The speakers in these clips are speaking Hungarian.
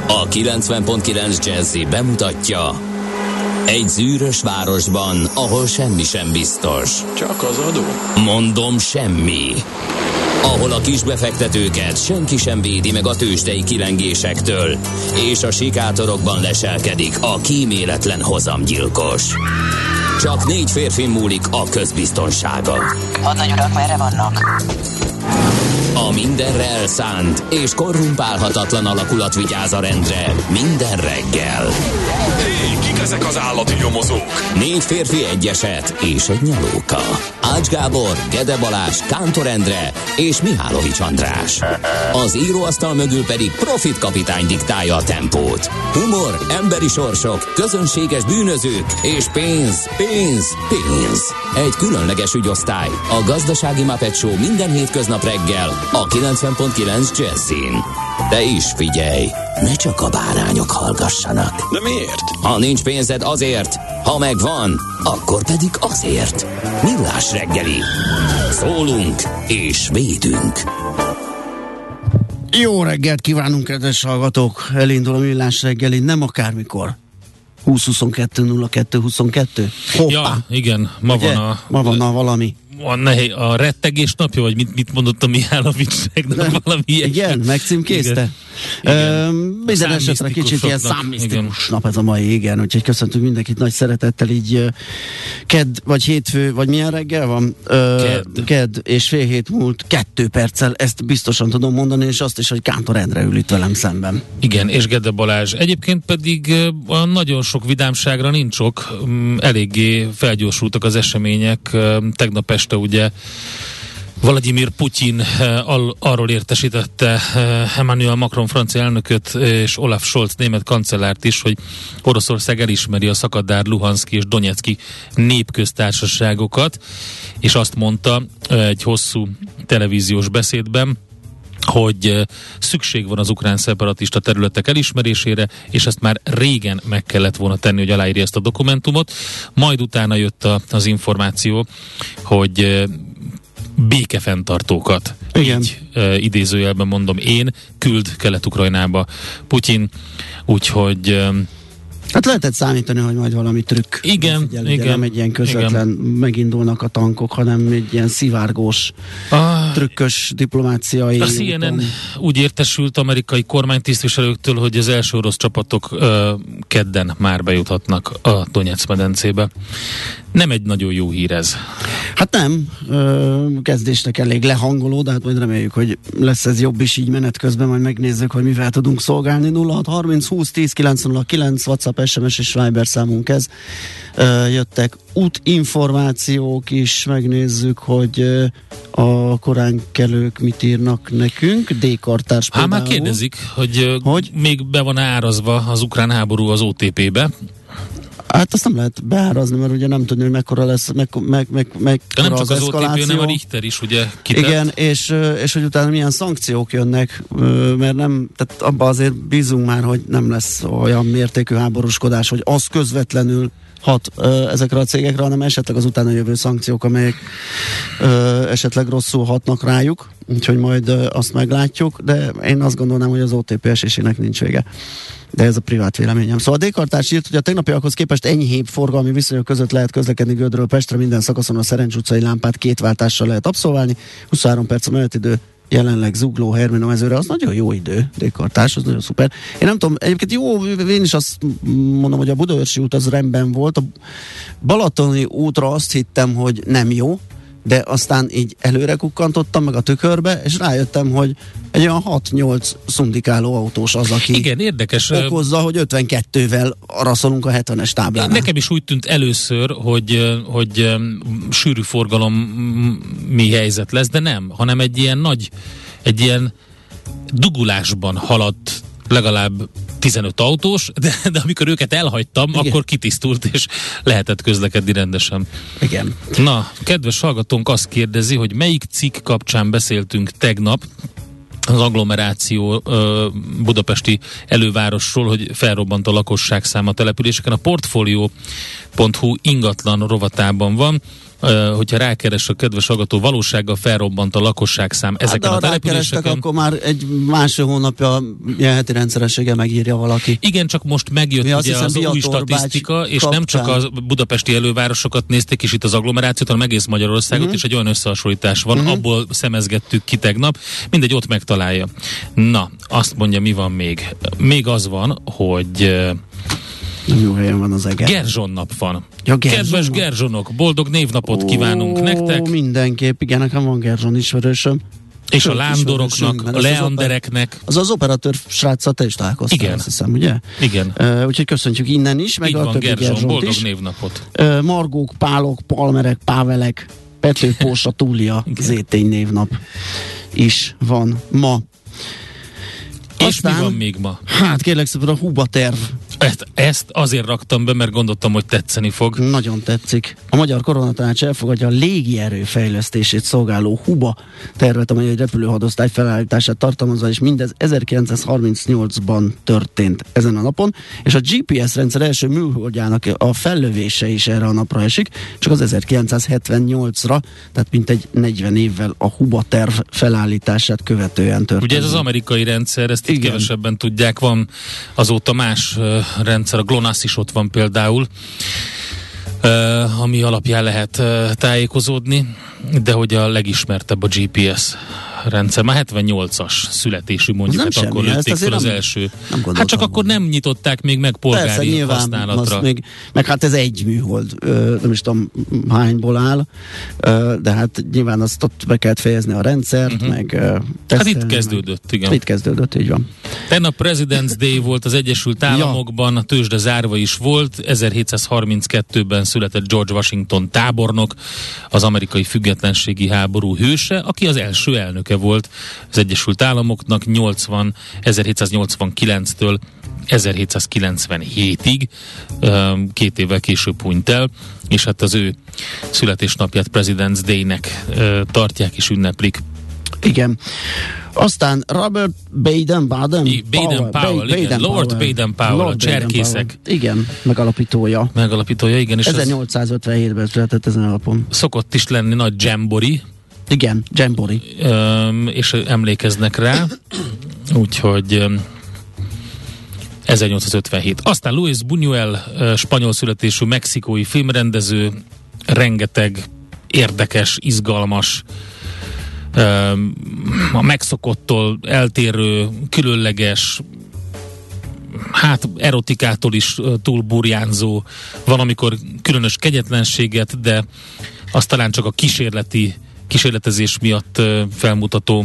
A 90.9 Jazzy bemutatja: egy zűrös városban, ahol semmi sem biztos. Csak az adó? Mondom, semmi. Ahol a kisbefektetőket senki sem védi meg a tőzsdei kilengésektől, és a sikátorokban leselkedik a kíméletlen hozamgyilkos. Csak 4 férfi múlik a közbiztonsága. Hadnagy urak, merre vannak? A mindenre elszánt és korrumpálhatatlan alakulat vigyáz a rendre minden reggel. Hé, kik ezek az állati nyomozók? 4 férfi, egy eset és egy nyalóka. Ács Gábor, Gede Balázs, Kántor Endre és Mihálovics András. Az íróasztal mögül pedig Profit kapitány diktálja a tempót. Humor, emberi sorsok, közönséges bűnözők és pénz, pénz, pénz. Egy különleges ügyosztály, a Gazdasági Muppet Show minden hétköznap reggel a 90.9 Jazzyn. De is figyelj, ne csak a bárányok hallgassanak. De miért? Ha nincs pénzed, azért, ha megvan, akkor pedig azért. Millás reggeli. Szólunk és védünk. Jó reggelt kívánunk, kedves hallgatók! Elindul a Millás reggeli, nem akármikor. 20-22-02-22. Hoppá! Ja, igen, ma ugye? Van a valami. A rettegés napja, vagy mit mondott a Mihálovics valami ilyesmi. Igen, megcímkézte. Minden esetre kicsit ilyen számmisztikus nap ez a mai, igen, úgyhogy köszöntünk mindenkit nagy szeretettel, így kedd, vagy hétfő, vagy milyen reggel van? Kedd, és fél hét múlt 2 perccel, ezt biztosan tudom mondani, és azt is, hogy Kántor Endre ül itt velem szemben. Igen, és Gede Balázs. Egyébként pedig a nagyon sok vidámságra nincs ok, eléggé felgyorsultak az események. Tegnap este ugye Vladimir Putyin arról értesítette Emmanuel Macron francia elnököt és Olaf Scholz német kancellárt is, hogy Oroszország elismeri a szakadár Luhanszki és Donetszki népköztársaságokat, és azt mondta egy hosszú televíziós beszédben, hogy szükség van az ukrán szeparatista területek elismerésére, és ezt már régen meg kellett volna tenni, hogy aláírja ezt a dokumentumot. Majd utána jött az információ, hogy békefenntartókat, így idézőjelben mondom én, küld Kelet-Ukrajnába Putyin, úgyhogy hát lehetett számítani, hogy majd valami trükk. Igen. Nem egy ilyen közvetlen megindulnak a tankok, hanem egy ilyen szivárgós, trükkös diplomáciai. A CNN úgy értesült amerikai kormánytisztviselőktől, hogy az első orosz csapatok kedden már bejuthatnak a Donetsz-medencébe. Nem egy nagyon jó hír ez. Hát nem, kezdésnek elég lehangoló, de hát majd reméljük, hogy lesz ez jobb is így menet közben, majd megnézzük, hogy mivel tudunk szolgálni. 0630 20 10 909 WhatsApp, SMS és Viber számunk ez. Jöttek útinformációk is, megnézzük, hogy a koránkelők mit írnak nekünk. D-kartárs például. Már kérdezik, hogy még be van árazva az ukrán háború az OTP-be. Hát azt nem lehet beárazni, mert ugye nem tudni, hogy mekkora lesz, mekkora nem csak az eszkaláció. OTP, hanem a Richter is, ugye kitett. Igen, és hogy utána milyen szankciók jönnek, mert nem, tehát abban azért bízunk már, hogy nem lesz olyan mértékű háborúskodás, hogy az közvetlenül hat ezekre a cégekre, hanem esetleg az utána jövő szankciók, amelyek esetleg rosszul hatnak rájuk, úgyhogy majd azt meglátjuk, de én azt gondolnám, hogy az OTP esésének nincs vége. De ez a privát véleményem. Szóval a D-kartárs írt, hogy a tegnapiakhoz képest enyhébb forgalmi viszonyok között lehet közlekedni Gödről Pestre, minden szakaszon a Szerencs utcai lámpát 2 váltással lehet abszolválni, 23 perc a menetidő, jelenleg Zugló, Hermina-mezőre, az nagyon jó idő, D-kartárs, az nagyon szuper. Én nem tudom, egyébként jó, én is azt mondom, hogy a Budaörsi út az rendben volt, a Balatoni útra azt hittem, hogy nem jó, de aztán így előre kukkantottam meg a tükörbe, és rájöttem, hogy egy olyan 6-8 szundikáló autós az, aki igen, érdekes. Okozza, hogy 52-vel araszolunk a 70-es táblánál. Nekem is úgy tűnt először, hogy sűrű forgalmi helyzet lesz, de nem, hanem egy ilyen dugulásban haladt legalább 15 autós, de amikor őket elhagytam, igen, akkor kitisztult, és lehetett közlekedni rendesen. Igen. Na, kedves hallgatónk azt kérdezi, hogy melyik cikk kapcsán beszéltünk tegnap az agglomeráció budapesti elővárosról, hogy felrobbant a lakosság száma településeken. A Portfolio.hu ingatlan rovatában van. hogyha rákeres a kedves hallgató, valósággal felrobbant a lakosságszám ezeken a településeken. Akkor már egy másfél hónapja ilyen heti rendszerességgel megírja valaki. Igen, csak most megjött ugye az új statisztika, és kapcsán. Nem csak a budapesti elővárosokat nézték, és itt az agglomerációt, hanem egész Magyarországot, és egy olyan összehasonlítás van, abból szemezgettük ki tegnap, mindegy, ott megtalálja. Na, azt mondja, mi van még? Még az van, hogy jó helyen van az eger. Gerzson nap van. Ja, kedves Gerzsonok, boldog névnapot kívánunk nektek. Mindenképp, igen, nekem van Gerzson ismerősöm. És a lándoroknak, a leandereknek. Az operatőr sráccal te is találkoztál, igen. Azt hiszem, ugye? Igen. Úgyhogy köszönjük innen is, meg így a van, többi Gerzsont boldog is. névnapot. Margók, Pálok, Palmerek, Pávelek, Pető, Pósa, Túlia, Zétény névnap is van ma. És aztán, mi van még ma? Hát kérlek szépen a Huba terv. Ezt azért raktam be, mert gondoltam, hogy tetszeni fog. Nagyon tetszik. A Magyar Koronatanács elfogadja a légierő fejlesztését szolgáló Huba tervet, amely egy repülőhadosztály felállítását tartalmazza, és mindez 1938-ban történt ezen a napon, és a GPS rendszer első műholdjának a fellövése is erre a napra esik, csak az 1978-ra, tehát mintegy 40 évvel a Huba terv felállítását követően történt. Ugye ez az amerikai rendszer, ezt itt kevesebben tudják, van azóta más rendszer, a GLONASS is ott van például, ami alapján lehet tájékozódni, de hogy a legismertebb a GPS rendszer. Már 78-as születésű mondjuk, hát akkor lőtték fel az első. Hát csak akkor nem nyitották még meg polgári persze, használatra. Meg hát ez egy műhold, nem is tudom hányból áll, de hát nyilván azt ott be kellett fejezni a rendszert, meg hát itt kezdődött, igen. Itt kezdődött, így van. Tegnap President's Day volt az Egyesült Államokban, a tőzsde zárva is volt, 1732-ben született George Washington tábornok, az amerikai függetlenségi háború hőse, aki az első elnöke volt az Egyesült Államoknak 1789-től 1797-ig, 2 évvel később hunyt el, és hát az ő születésnapját President's Day-nek tartják és ünneplik. Igen. Aztán Robert Baden-Powell, Lord Baden-Powell, a cserkészek. Igen, megalapítója, igen. És 1857-ben született ezen a napon. Szokott is lenni nagy jamboree. Igen, jamboree. És emlékeznek rá, úgyhogy 1857. Aztán Luis Buñuel, spanyol születésű mexikói filmrendező, rengeteg érdekes, izgalmas, a megszokottól eltérő, különleges, hát erotikától is túl burjánzó, van amikor különös kegyetlenséget, de az talán csak a kísérletezés miatt felmutató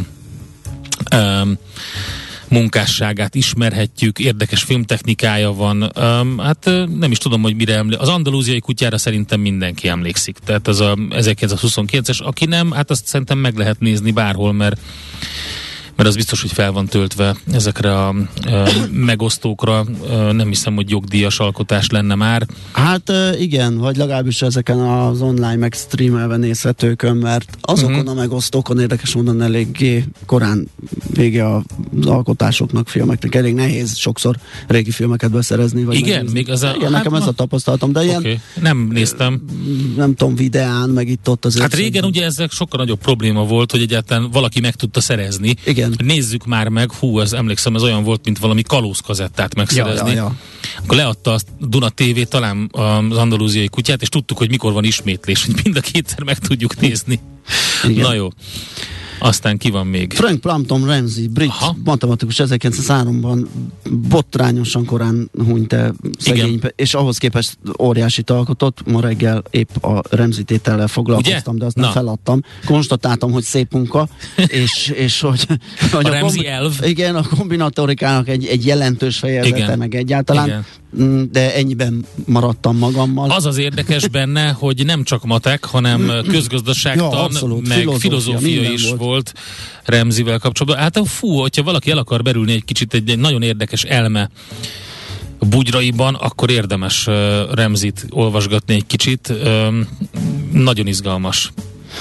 munkásságát ismerhetjük, érdekes filmtechnikája van, hát nem is tudom, hogy mire az andalúziai kutyára szerintem mindenki emlékszik, tehát az a 1929-es, aki nem, hát azt szerintem meg lehet nézni bárhol, mert az biztos, hogy fel van töltve ezekre a megosztókra, nem hiszem, hogy jogdíjas alkotás lenne már. Hát igen, vagy legalábbis ezeken az online meg streamelve nézhetőkön, mert azokon a megosztókon érdekes módon eléggé korán vége az alkotásoknak, filmeknek, elég nehéz sokszor régi filmeket beszerezni. Vagy igen, még az igen, nekem ez a tapasztalatom, de ilyen nem néztem. Nem tudom, videán, meg itt-ott azért. Hát régen ugye ezek sokkal nagyobb probléma volt, hogy egyáltalán valaki meg tudta szerezni. Igen. Nézzük már meg, emlékszem, ez olyan volt, mint valami kalózkazettát megszerezni. Ja. Akkor leadta a Duna TV talán az andalúziai kutyát, és tudtuk, hogy mikor van ismétlés, hogy mind a kétszer meg tudjuk nézni. Igen. Na jó. Aztán ki van még? Frank Plumpton Ramsey, brit matematikus, 1903-ban botrányosan korán hunyt el szegény, és ahhoz képest óriásit alkotott. Ma reggel épp a Ramsey tétellel foglalkoztam, ugye? De azt nem feladtam. Konstatáltam, hogy szép munka, és hogy a Ramsey elv. Igen, a kombinatorikának egy jelentős fejezete, igen. Meg egyáltalán. Igen. De ennyiben maradtam magammal. Az az érdekes benne, hogy nem csak matek, hanem közgazdaságtan, meg filozófia is volt Ramseyvel kapcsolatban. Hát hogyha valaki el akar berülni egy kicsit egy nagyon érdekes elme bugyraiban, akkor érdemes Ramseyt olvasgatni egy kicsit. Nagyon izgalmas.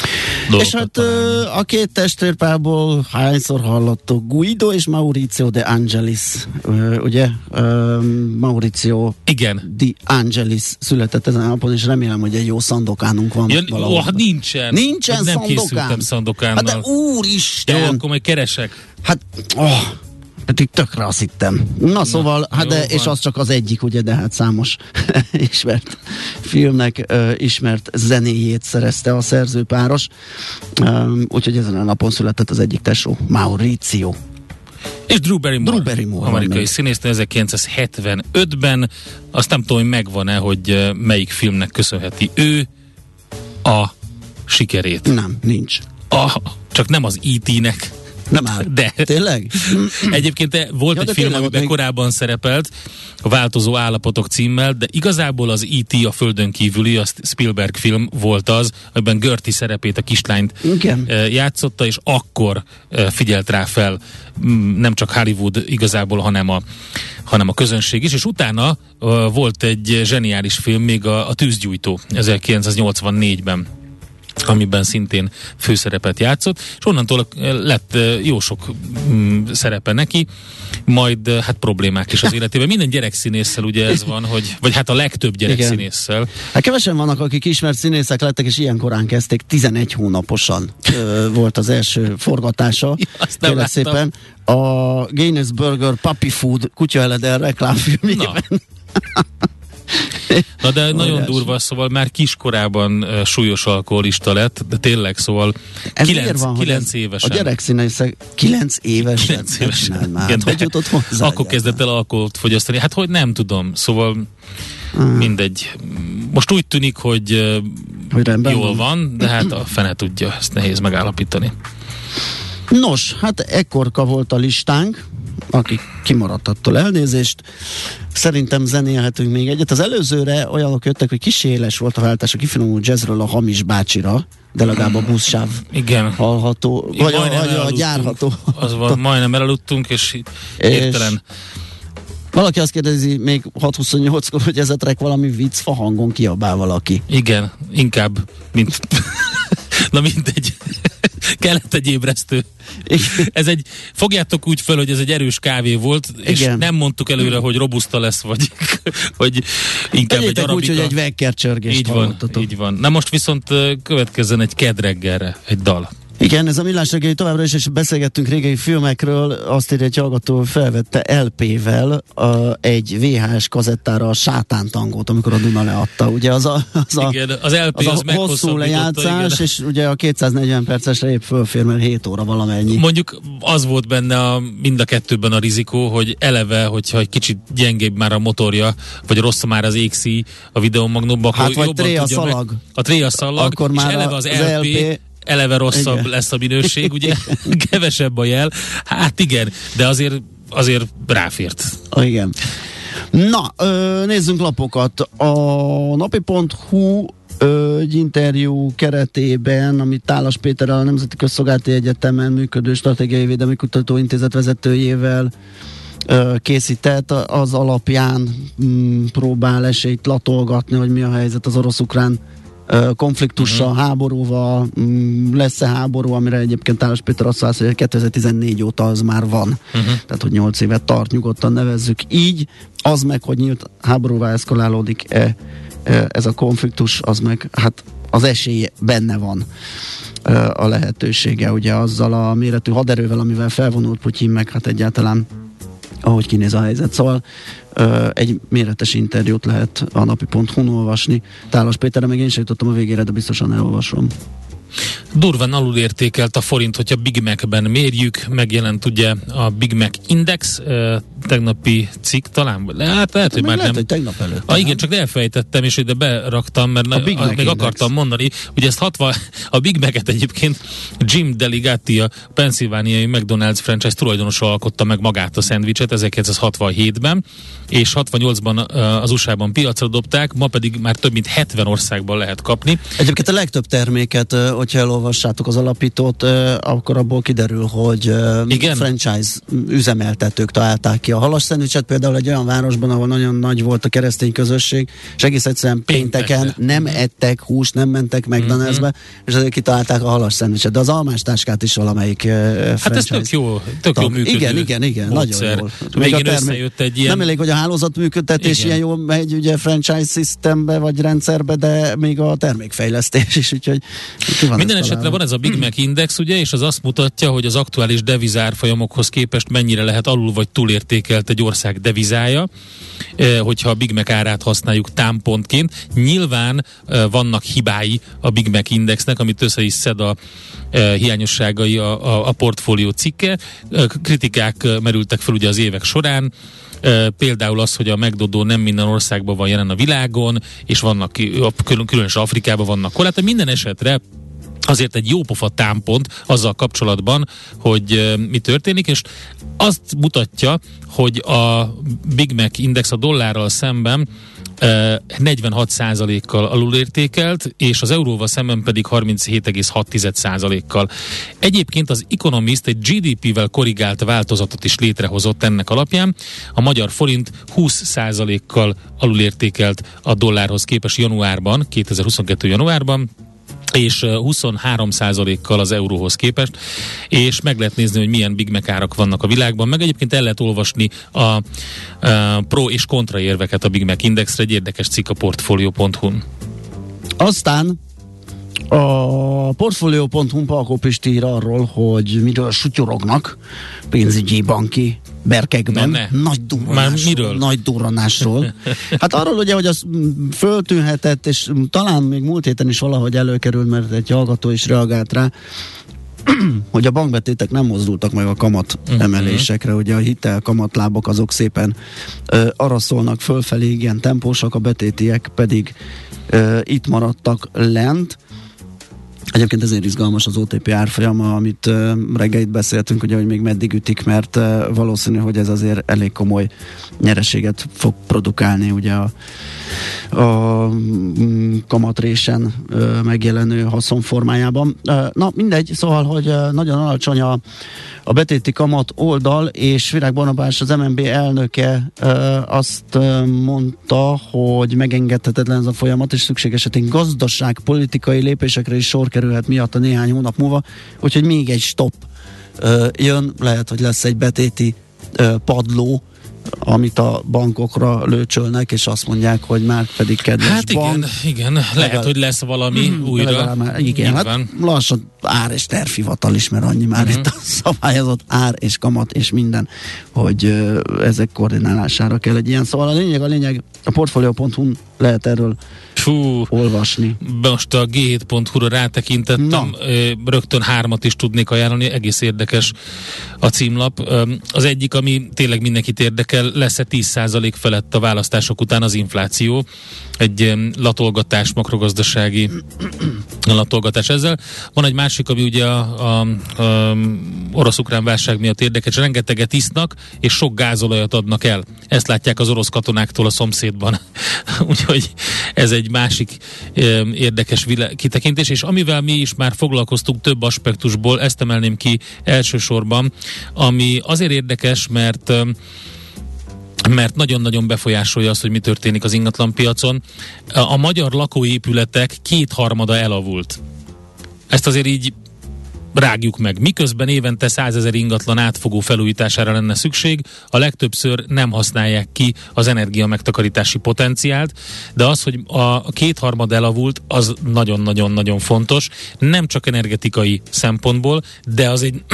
És hát a két testvérpárból hányszor hallottuk Guido és Mauricio de Angelis, ugye? Mauricio igen. de Angelis született ezen a napon, és remélem, hogy egy jó szandokánunk van valahol. Nincsen. Nincsen nem szandokán? készültem szandokánnal. Hát de úristen! Jó, akkor majd keresek. Hát, pedig tökre azt hittem. Na szóval, hát de, és az csak az egyik, ugye, de hát számos ismert filmnek ismert zenéjét szerezte a szerzőpáros. Úgyhogy ezen a napon született az egyik tesó, Mauricio. És Drew Barrymore amerikai színésznő 1975-ben. Azt nem tudom, hogy megvan-e, hogy melyik filmnek köszönheti ő a sikerét. Nem, nincs. Csak nem az E.T.-nek. Nem áll. De. Tényleg? Egyébként volt egy film, amiben korábban szerepelt, a Változó állapotok címmel, de igazából az E.T. a földön kívüli, a Spielberg film volt az, amiben Gertie szerepét, a kislányt játszotta, és akkor figyelt rá fel nem csak Hollywood igazából, hanem a közönség is, és utána volt egy zseniális film, még a Tűzgyújtó 1984-ben, amiben szintén főszerepet játszott, és onnantól lett jó sok szerepe neki, majd hát problémák is az életében. Minden gyerekszínésszel ugye ez van, vagy hát a legtöbb gyerekszínésszel. Hát kevesen vannak, akik ismert színészek lettek, és ilyen korán kezdték, 11 hónaposan volt az első forgatása. Kérlek szépen. A Guinness Burger Puppy Food kutyaeleden reklámfilmjében. Na de nagyon durva, szóval már kiskorában súlyos alkoholista lett, de tényleg, szóval 9 évesen. A gyerekszínészek 9 évesen. Hogy jutott hozzá? Akkor kezdett el alkoholt fogyasztani. Hát hogy nem tudom, szóval mindegy. Most úgy tűnik, hogy jól van, de hát a fene tudja, ezt nehéz megállapítani. Nos, hát ekkorka volt a listánk, akik kimaradt attól, elnézést. Szerintem zenélhetünk még egyet. Az előzőre olyanok jöttek, hogy kis éles volt a váltás a kifinomult jazzről a Hamis bácsira, de legalább a buszsáv hallható, vagy a gyárható. Az van, majdnem elaludtunk, és értelen. Valaki azt kérdezi még 6:28-kor, hogy ez a track valami viccfa hangon kiabál valaki. Igen, inkább, mint... Na mindegy. Kellett egy ébresztő. Fogjátok úgy föl, hogy ez egy erős kávé volt, és nem mondtuk előre, hogy robusta lesz, vagy inkább egy arabika. úgy, hogy egy vekkercsörgést hallottatok. Így van. Na most viszont következzen egy kedd reggelre, egy dal. Igen, ez a Millás reggeli továbbra is, és beszélgettünk régi filmekről, azt írja, egy hallgató felvette LP-vel egy VHS kazettára a Sátántangót, amikor a Duna leadta. Ugye az az LP az hosszú lejátszás, és ugye a 240 percesre épp fölfér, mert 7 óra valamennyi. Mondjuk az volt benne mind a kettőben a rizikó, hogy eleve, hogyha egy kicsit gyengébb már a motorja, vagy rossz már az égszíj a videomagnóban, akkor hát vagy tré a szalag. A tré a szalag, akkor és már eleve az LP eleve rosszabb lesz a minőség, ugye? Kevesebb a jel. Hát igen, de azért ráfért. Igen. Na, nézzünk lapokat. A napi.hu egy interjú keretében, amit Tálas Péterrel, a Nemzeti Közszolgálati Egyetemen működő Stratégiai Védelmi Kutatóintézet vezetőjével készített, az alapján próbál esélyt latolgatni, hogy mi a helyzet az orosz-ukrán konfliktussal, háborúval, lesz-e háború, amire egyébként Tálas Péter azt válasz, hogy 2014 óta az már van. Tehát, hogy 8 évet tart, nyugodtan nevezzük így. Az meg, hogy nyílt háborúvá eszkalálódik ez a konfliktus, az meg, hát az esély benne van, a lehetősége, ugye azzal a méretű haderővel, amivel felvonult Putyin, meg hát egyáltalán ahogy kinéz a helyzet. Szóval egy méretes interjút lehet a napi.hu-n olvasni. Tálas Péterre még én sem jutottam a végére, de biztosan elolvasom. Durván alulértékelt a forint, hogyha Big Mac-ben mérjük, megjelent ugye a Big Mac Index, tegnapi cikk talán, hát lehet, hogy már nem. Hogy tegnap előtt. Igen, csak elfejtettem, és ide beraktam, mert még akartam mondani, hogy ezt a Big Mac-et egyébként Jim Deligatti, a pennsylvániai McDonald's franchise tulajdonosa alkotta meg magát a szendvicset 1967-ben, és 68-ban az USA-ban piacra dobták, ma pedig már több mint 70 országban lehet kapni. Egyébként a legtöbb terméket, hogyha elolvasom elolvassátok az alapítót, akkor abból kiderül, hogy franchise üzemeltetők találták ki a halasszendvicset, például egy olyan városban, ahol nagyon nagy volt a keresztény közösség, és egész egyszerűen pénteken nem ettek húst, nem mentek McDonald'sbe, és azért kitalálták a halasszendvicset, de az almástáskát is valamelyik franchise. Hát ez tök jó működő. Igen, nagyon jól. Végén összejött egy ilyen... Nem elég, hogy a hálózat működtetés ilyen jól megy ugye franchise systembe vagy rendszerbe, de még a termékfejlesztés is, úgyhogy minden esetre van ez a Big Mac Index, ugye, és az azt mutatja, hogy az aktuális devizárfolyamokhoz képest mennyire lehet alul vagy túlértékelt egy ország devizája, hogyha a Big Mac árát használjuk támpontként. Nyilván vannak hibái a Big Mac Indexnek, amit össze is szed a hiányosságai a portfólió cikke. Kritikák merültek fel ugye az évek során, például az, hogy a McDonald's nem minden országban van jelen a világon, és vannak különösen Afrikában vannak korlátok. Minden esetre azért egy jópofa támpont azzal kapcsolatban, hogy mi történik, és azt mutatja, hogy a Big Mac Index a dollárral szemben 46%-kal alulértékelt, és az euróval szemben pedig 37,6%-kal. Egyébként az Economist egy GDP-vel korrigált változatot is létrehozott ennek alapján. A magyar forint 20%-kal alulértékelt a dollárhoz képest januárban, 2022. januárban, és 23%-kal az euróhoz képest, és meg lehet nézni, hogy milyen Big Mac árak vannak a világban, meg egyébként el lehet olvasni a pro és kontra érveket a Big Mac Indexre, egy érdekes cikk a portfolio.hu-n. Aztán a Portfolio.hu Palkó Pisti ír arról, hogy miről sutyorognak pénzügyi banki berkekben. Nagy durranásról. Hát arról ugye, hogy az föltűnhetett, és talán még múlt héten is valahogy előkerült, mert egy hallgató is reagált rá, hogy a bankbetétek nem mozdultak meg a kamat emelésekre, ugye a hitel kamatlábok azok szépen arra szólnak fölfelé, igen tempósak, a betétiek pedig itt maradtak lent. Egyébként ezért izgalmas az OTP árfolyama, amit reggel itt beszéltünk, ugye, hogy még meddig ütik, mert valószínű, hogy ez azért elég komoly nyereséget fog produkálni ugye a kamatrésen megjelenő haszon formájában. Na mindegy, szóval, hogy nagyon alacsony a betéti kamat oldal, és Virág Barnabás, az MNB elnöke azt mondta, hogy megengedhetetlen ez a folyamat, és szükség esetén gazdaságpolitikai lépésekre is sor kerülhet miatt a néhány hónap múlva, úgyhogy még egy stop jön, lehet, hogy lesz egy betéti padló, amit a bankokra lőcsölnek, és azt mondják, hogy már pedig kedves bank. Igen, lehet, hogy lesz valami újra. Igen, hát lassan ár és tervhivatal is, mert annyi már itt a szabályozott ár és kamat és minden, hogy ezek koordinálására kell egy ilyen. Szóval a lényeg, a Portfolio.hu-n lehet erről olvasni. Most a G7.hu-ra rátekintettem, rögtön 3 is tudnék ajánlani, egész érdekes a címlap. Az egyik, ami tényleg mindenkit érdekel, lesz-e 10% felett a választások után az infláció. Egy latolgatás, makrogazdasági latolgatás ezzel. Van egy másik, ami ugye a orosz-ukrán válság miatt érdekes, rengeteget isznak, és sok gázolajat adnak el. Ezt látják az orosz katonáktól a szomszédban. Úgyhogy ez egy másik érdekes kitekintés, és amivel mi is már foglalkoztunk több aspektusból, ezt emelném ki elsősorban, ami azért érdekes, mert nagyon-nagyon befolyásolja azt, hogy mi történik az ingatlanpiacon. A magyar lakóépületek 2/3 elavult. Ezt azért így rágjuk meg. Miközben évente 100 000 ingatlan átfogó felújítására lenne szükség, a legtöbbször nem használják ki az energia megtakarítási potenciált, de az, hogy a 2/3 elavult, az nagyon-nagyon-nagyon fontos, nem csak energetikai szempontból, de az egy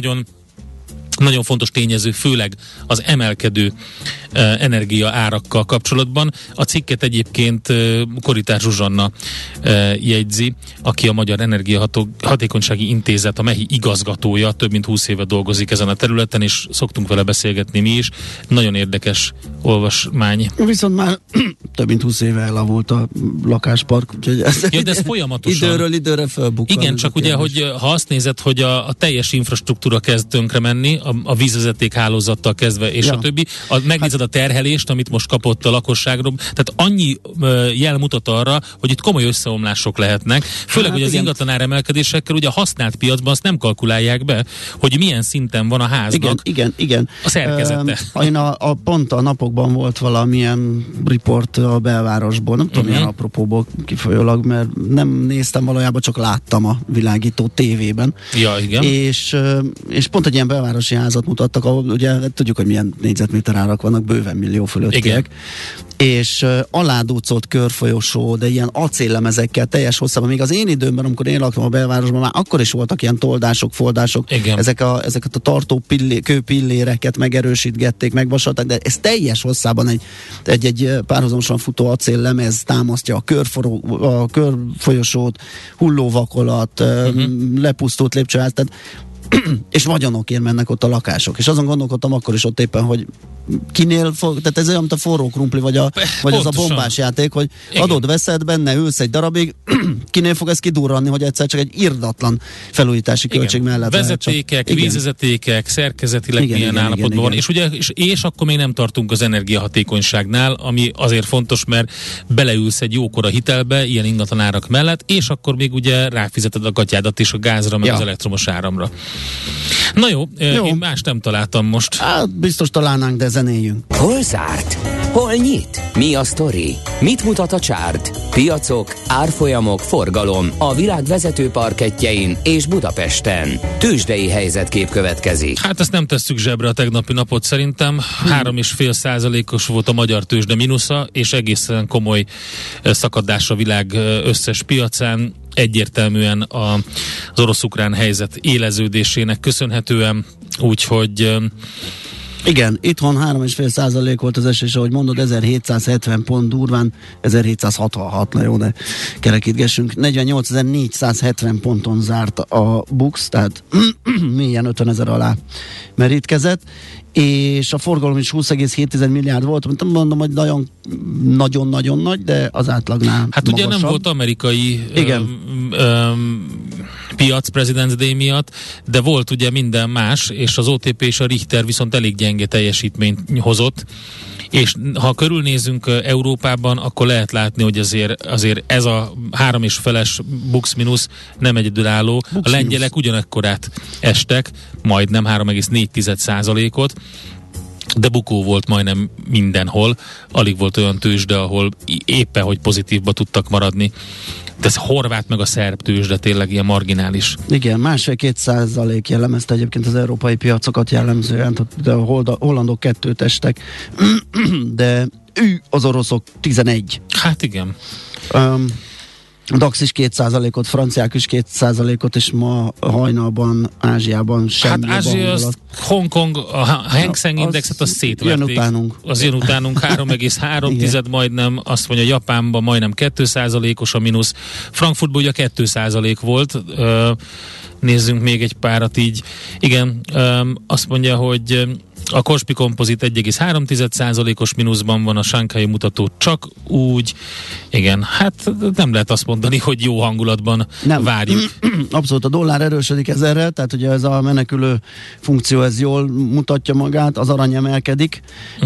nagyon fontos tényező, főleg az emelkedő energia árakkal kapcsolatban. A cikket egyébként Koritár Zsuzsanna jegyzi, aki a Magyar Energiahatékonysági Intézet, a MEHI igazgatója, több mint 20 éve dolgozik ezen a területen, és szoktunk vele beszélgetni mi is. Nagyon érdekes olvasmány. Viszont már több mint 20 éve elavult a lakáspark, úgyhogy de ez folyamatosan. Időről időre fölbukkan. Igen, csak ugye, hogy ha azt nézed, hogy a teljes infrastruktúra kezd tönkre menni, a vízvezeték hálózattal kezdve, és a többi, megnézed a terhelést, amit most kapott a lakosságról, tehát annyi jel mutat arra, hogy itt komoly összeomlások lehetnek, főleg, hogy az ingatlanár emelkedésekkel ugye a használt piacban azt nem kalkulálják be, hogy milyen szinten van a háznak igen. a szerkezete. Pont a napokban volt valamilyen report a belvárosból, nem tudom, milyen apropóból kifolyólag, mert nem néztem valójában, csak láttam a világító tévében. Ja, igen. És pont egy ilyen belvárosi házat mutattak, ahol ugye tudjuk, hogy milyen négyzetméter árak vannak, bőven millió fölöttiek. És aládúcolt körfolyosó, de ilyen acéllemezekkel teljes hosszában. Még az én időmben, amikor én laktam a belvárosban, már akkor is voltak ilyen toldások, foldások. Ezeket a tartó kőpilléreket megerősítgették, megvasalták, de ez teljes hosszában egy párhuzamosan futó acéllemez támasztja a körfolyosót, hullóvakolat, lepusztult lépcsőház, tehát és vagyonokért mennek ott a lakások. És azon gondolkodtam akkor is ott éppen, hogy kinél tehát ez olyan, mint a forró krumpli, vagy az a bombás játék, hogy adod, veszed, benne ülsz egy darabig, kinél fog ez kidurranni, hogy egyszer csak egy irdatlan felújítási költség mellett. Vezetékek, vízvezetékek, szerkezetileg milyen állapotban van. És ugye, és akkor még nem tartunk az energiahatékonyságnál, ami azért fontos, mert beleülsz egy jókora hitelbe, ilyen ingatlanárak mellett, és akkor még ugye ráfizeted a gatyádat is a gázra, meg az elektromos áramra. Na jó, én más nem találtam most. Hát, biztos találnánk, de zenéljünk. Hol zárt? Hol nyit? Mi a sztori? Mit mutat a csárt? Piacok, árfolyamok, forgalom a világ vezető parkettjein és Budapesten. Tőzsdei helyzetkép következik. Hát ezt nem tesszük zsebre a tegnapi napot szerintem. 3,5%-os volt a magyar tőzsde mínusza, és egészen komoly szakadás a világ összes piacán. Egyértelműen az orosz-ukrán helyzet éleződésének köszönhetően, úgyhogy igen, itthon 3,5% volt az esés, ahogy mondod, 1770 pont, durván 1766, na jó, de kerekítgessünk. 48.470 ponton zárt a BUX, tehát mélyen 50 000 alá merítkezett, és a forgalom is 20,7 milliárd volt, mint mondom, hogy nagyon-nagyon nagy, de az átlagnál hát magasabb. Ugye nem volt amerikai piac President's Day miatt, de volt ugye minden más, és az OTP és a Richter viszont elég gyenge teljesítményt hozott, és ha körülnézünk Európában, akkor lehet látni, hogy azért ez a 3,5-es BUX mínusz nem egyedülálló. A lengyelek ugyanekkorát estek, majdnem 3,4%-ot, de bukó volt majdnem mindenhol. Alig volt olyan tőzsde, ahol éppen hogy pozitívba tudtak maradni. De ez horvát meg a szerb tőzsde tényleg ilyen marginális. Igen, 1,5-2% jellemezte egyébként az európai piacokat jellemzően, de a hollandok 2 estek, de az oroszok 11. Hát igen. A DAX is 2%-ot, franciák is 2%-ot, és ma hajnalban Ázsiában semmi. Hát Ázsia, Hongkong, a Hang Seng Indexet azt szétverték. Az jön utánunk 3,3 majdnem, azt mondja Japánban majdnem 2%-os a mínusz. Frankfurtban ugye 2% volt. Nézzünk még egy párat így. Igen, azt mondja, hogy a Kospi Kompozit 1,3%-os mínuszban van, a Shanghai mutató csak úgy. Igen, hát nem lehet azt mondani, hogy jó hangulatban várjuk. Abszolút, a dollár erősödik ezerrel, tehát ugye ez a menekülő funkció, ez jól mutatja magát, az arany emelkedik,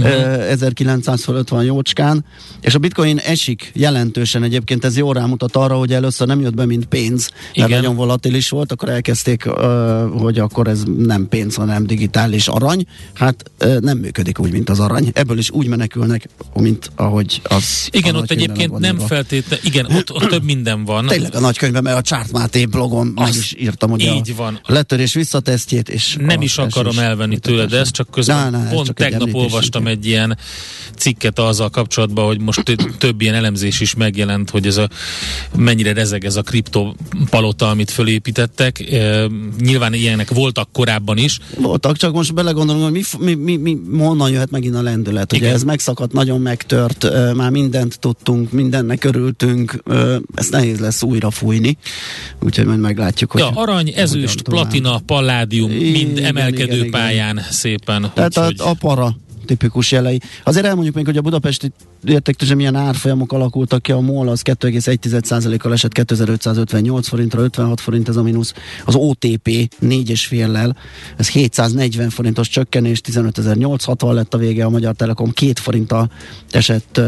1900 fölött van jócskán, és a bitcoin esik jelentősen, egyébként ez jól rámutat arra, hogy először nem jött be, mint pénz, mert nagyon volatilis volt, akkor elkezdték, hogy akkor ez nem pénz, hanem digitális arany. Hát nem működik úgy, mint az arany. Ebből is úgy menekülnek, mint ahogy az... Igen, ott egyébként nem feltétlenül... Igen, ott több minden van. Tényleg a nagykönyvben, mert a Chart Máté blogon meg is írtam, hogy így van. A letörés visszatesztjét, és... Nem is akarom elvenni tőled ezt, csak közben pont tegnap olvastam egy ilyen cikket azzal kapcsolatban, hogy most több ilyen elemzés is megjelent, hogy mennyire rezeg ez a kriptopalota, amit fölépítettek. Nyilván ilyenek voltak korábban is. Voltak, csak most belegondolom, hogy honnan jöhet megint a lendület. Ugye ez megszakadt, nagyon megtört, már mindent tudtunk, mindennek örültünk, ezt nehéz lesz újra fújni, úgyhogy majd meglátjuk, hogy... arany, ezüst, platina, palládium, mind emelkedő pályán szépen. Tehát a para tipikus jelei. Azért elmondjuk még, hogy a budapesti értéktőzsdén milyen árfolyamok alakultak ki. A MOL az 2,1%-kal esett 2558 forintra, 56 forint ez a mínusz. Az OTP 4,5-lel, ez 740 forintos csökkenés, 15.860 lett a vége. A Magyar Telekom 2 forinttal esett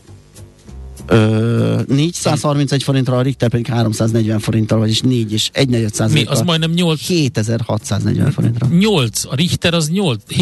431 forintra, a Richter pedig 340 forinttal, vagyis 4,1%-kal. Az majdnem 8. 7640 forintra. 8, a Richter az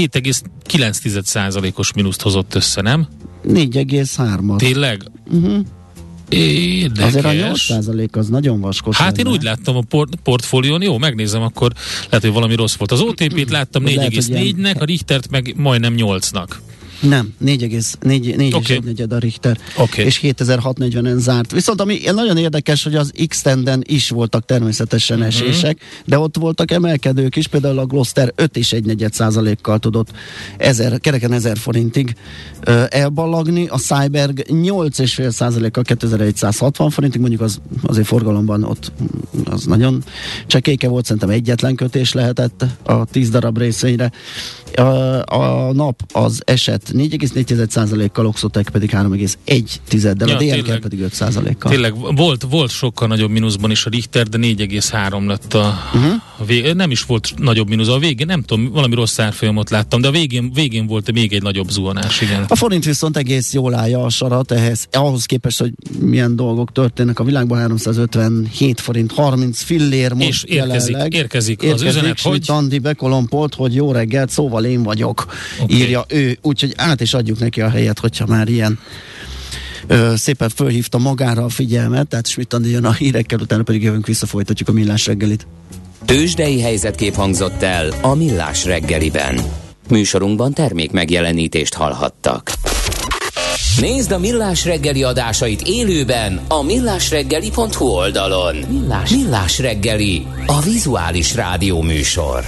7,9%-os mínuszt hozott össze, nem? 4,3-at. Tényleg? Érdekes. Azért a 8% az nagyon vaskos. Hát én úgy láttam a portfólión, jó, megnézem, akkor lehet, hogy valami rossz volt. Az OTP-t láttam 4,4-nek, a Richtert meg majdnem 8-nak. Nem, 4,4 a Richter, és 7640-en zárt. Viszont ami nagyon érdekes, hogy az X-tenden is voltak természetesen esések, de ott voltak emelkedők is, például a Gloster 5,1%-kal tudott kereken 1000 forintig elballagni, a Cyberg 8,5%-kal 2160 forintig, mondjuk az azért forgalomban ott az nagyon csekéke volt, szerintem egyetlen kötés lehetett a 10 darab részvényre. A nap az esett 4,4%-kal, Oxotec pedig 3,1%-del, a DNK pedig 5%-kal. Tényleg volt sokkal nagyobb mínuszban is a Richter, de 4,3 lett a végén. Nem is volt nagyobb mínusz a végén, nem tudom, valami rossz árfolyamot láttam, de a végén volt még egy nagyobb zuhanás, igen. A forint viszont egész jól állja a sarat ahhoz képest, hogy milyen dolgok történnek a világban. 357 forint 30 fillér most és érkezik az üzenet, hogy Andi bekolompolt, hogy jó reggelt, szóval én vagyok, írja ő, úgyhogy át is adjuk neki a helyet, hogyha már ilyen szépen fölhívta magára a figyelmet, tehát Schmidt-Andi jön a hírekkel, utána pedig jövünk vissza, folytatjuk a Millás reggelit. Tőzsdei helyzetkép hangzott el a Millás reggeliben. Műsorunkban termék megjelenítést hallhattak. Nézd a Millás reggeli adásait élőben a millásreggeli.hu oldalon. Millás reggeli, a vizuális rádió műsor.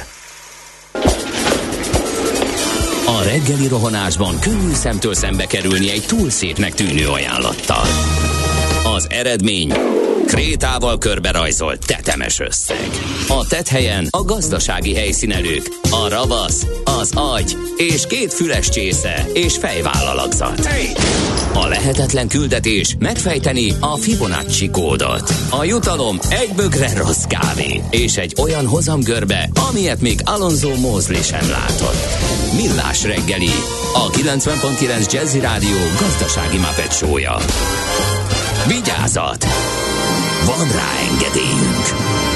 A reggeli rohanásban könnyű szemtől szembe kerülni egy túl szépnek tűnő ajánlattal. Az eredmény krétával körberajzolt tetemes összeg. A tetthelyen a gazdasági helyszínelők, a ravasz, az agy és 2 füles csésze és fejvállalakzat. A lehetetlen küldetés megfejteni a Fibonacci kódot. A jutalom egy bögre rossz kávé és egy olyan hozamgörbe, amilyet még Alonso Mosley sem látott. Millás reggeli, a 90.9 Jazzy Rádió gazdasági Muppet show-ja. Vigyázat! Van rá engedélyünk!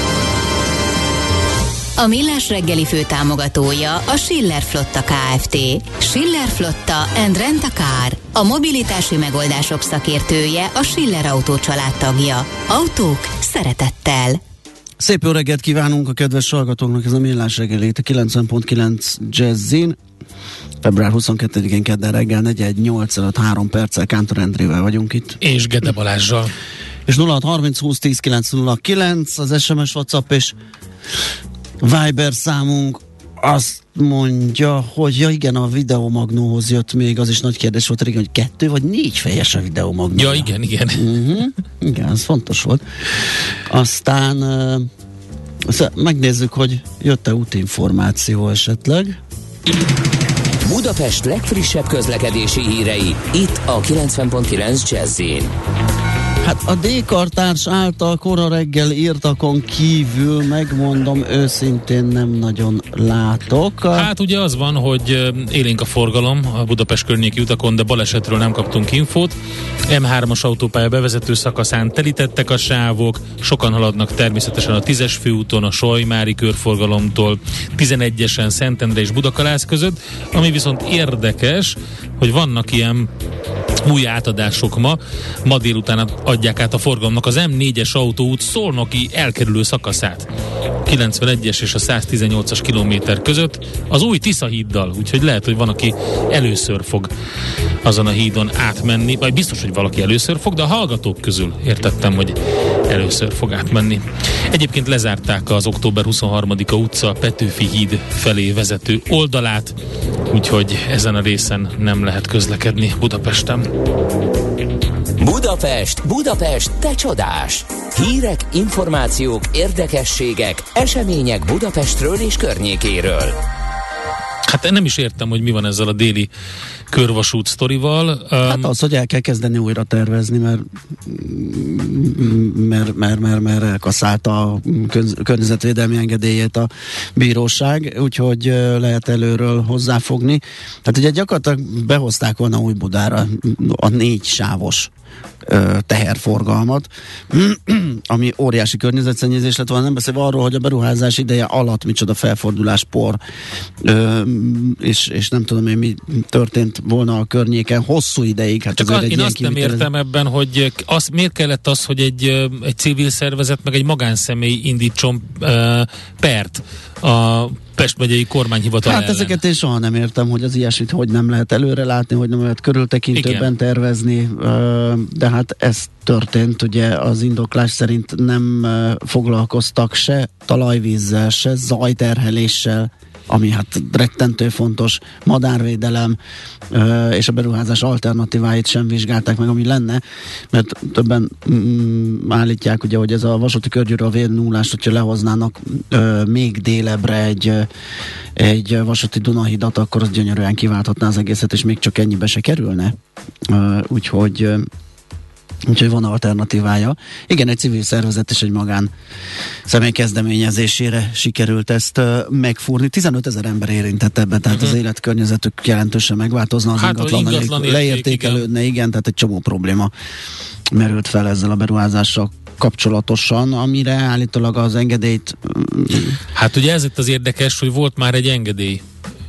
A Millás reggeli főtámogatója a Schiller Flotta Kft. Schiller Flotta and Rent a Car. A mobilitási megoldások szakértője, a Schiller Autó családtagja. Autók szeretettel. Szép jó reggelt kívánunk a kedves hallgatóknak, ez a Millás reggeli, a 90.9 Jazzin. Február 22-én kedden reggel 4:08-3 Kántor Endrével vagyunk itt. És Gede Balázssal. És 0630 20 10 909 az SMS, WhatsApp és Viber számunk. Azt mondja, hogy ja igen, a videomagnóhoz jött még, az is nagy kérdés volt, hogy 2 vagy 4 fejes a videomagnó. Ja, igen. Igen, ez fontos volt. Aztán megnézzük, hogy jött-e útinformáció esetleg. Budapest legfrissebb közlekedési hírei, itt a 90.9 Jazz-in. Hát a D-kartárs által kora reggel írtakon kívül, megmondom őszintén, nem nagyon látok. Hát ugye az van, hogy élénk a forgalom a Budapest környéki utakon, de balesetről nem kaptunk infót. M3-as autópálya bevezető szakaszán telítettek a sávok, sokan haladnak természetesen a 10-es főúton, a Solymári körforgalomtól, 11-esen Szentendre és Budakalász között, ami viszont érdekes, hogy vannak ilyen új átadások ma délután adják át a forgalomnak az M4-es autóút szolnoki elkerülő szakaszát. 91-es és a 118-as kilométer között az új Tisza híddal, úgyhogy lehet, hogy van, aki először fog azon a hídon átmenni, vagy biztos, hogy valaki először fog, de a hallgatók közül értettem, hogy először fog átmenni. Egyébként lezárták az október 23-a utca Petőfi híd felé vezető oldalát, úgyhogy ezen a részen nem lehet közlekedni Budapesten. Budapest, te csodás! Hírek, információk, érdekességek, események Budapestről és környékéről. Hát nem is értem, hogy mi van ezzel a déli körvasút sztorival. Hát az, hogy el kell kezdeni újra tervezni, mert elkasszálta a környezetvédelmi engedélyét a bíróság, úgyhogy lehet előről hozzáfogni. Tehát ugye gyakorlatilag behozták volna Újbudára a 4 sávos teherforgalmat, ami óriási környezetszennyezés lett volna, nem beszélve arról, hogy a beruházás ideje alatt micsoda felforduláspor, és nem tudom én mi történt volna a környéken hosszú ideig. Hát csak én azt nem értem ebben, hogy miért kellett az, hogy egy civil szervezet meg egy magánszemély indítson pert a Pest megyei kormányhivatal ellen. Ezeket én soha nem értem, hogy az ilyesmit hogy nem lehet előre látni, hogy nem lehet körültekintőbben tervezni, de hát ez történt, ugye az indoklás szerint nem foglalkoztak se talajvízzel, se zajterheléssel, ami hát rettentő fontos, madárvédelem, és a beruházás alternatíváit sem vizsgálták meg, ami lenne, mert többen állítják, ugye, hogy ez a vasúti körgyűrű V0-ást, hogyha lehoznának még délebbre egy vasúti Dunahidat, akkor az gyönyörűen kiválthatná az egészet, és még csak ennyibe se kerülne. Úgyhogy van alternatívája. Igen, egy civil szervezet és egy magán személy kezdeményezésére sikerült ezt megfúrni. 15 000 ember érintett ebben, tehát az életkörnyezetük jelentősen megváltozna, az ingatlan leértékelődne, igen, tehát egy csomó probléma merült fel ezzel a beruházással kapcsolatosan, amire állítólag az engedélyt... Hát ugye ez itt az érdekes, hogy volt már egy engedély,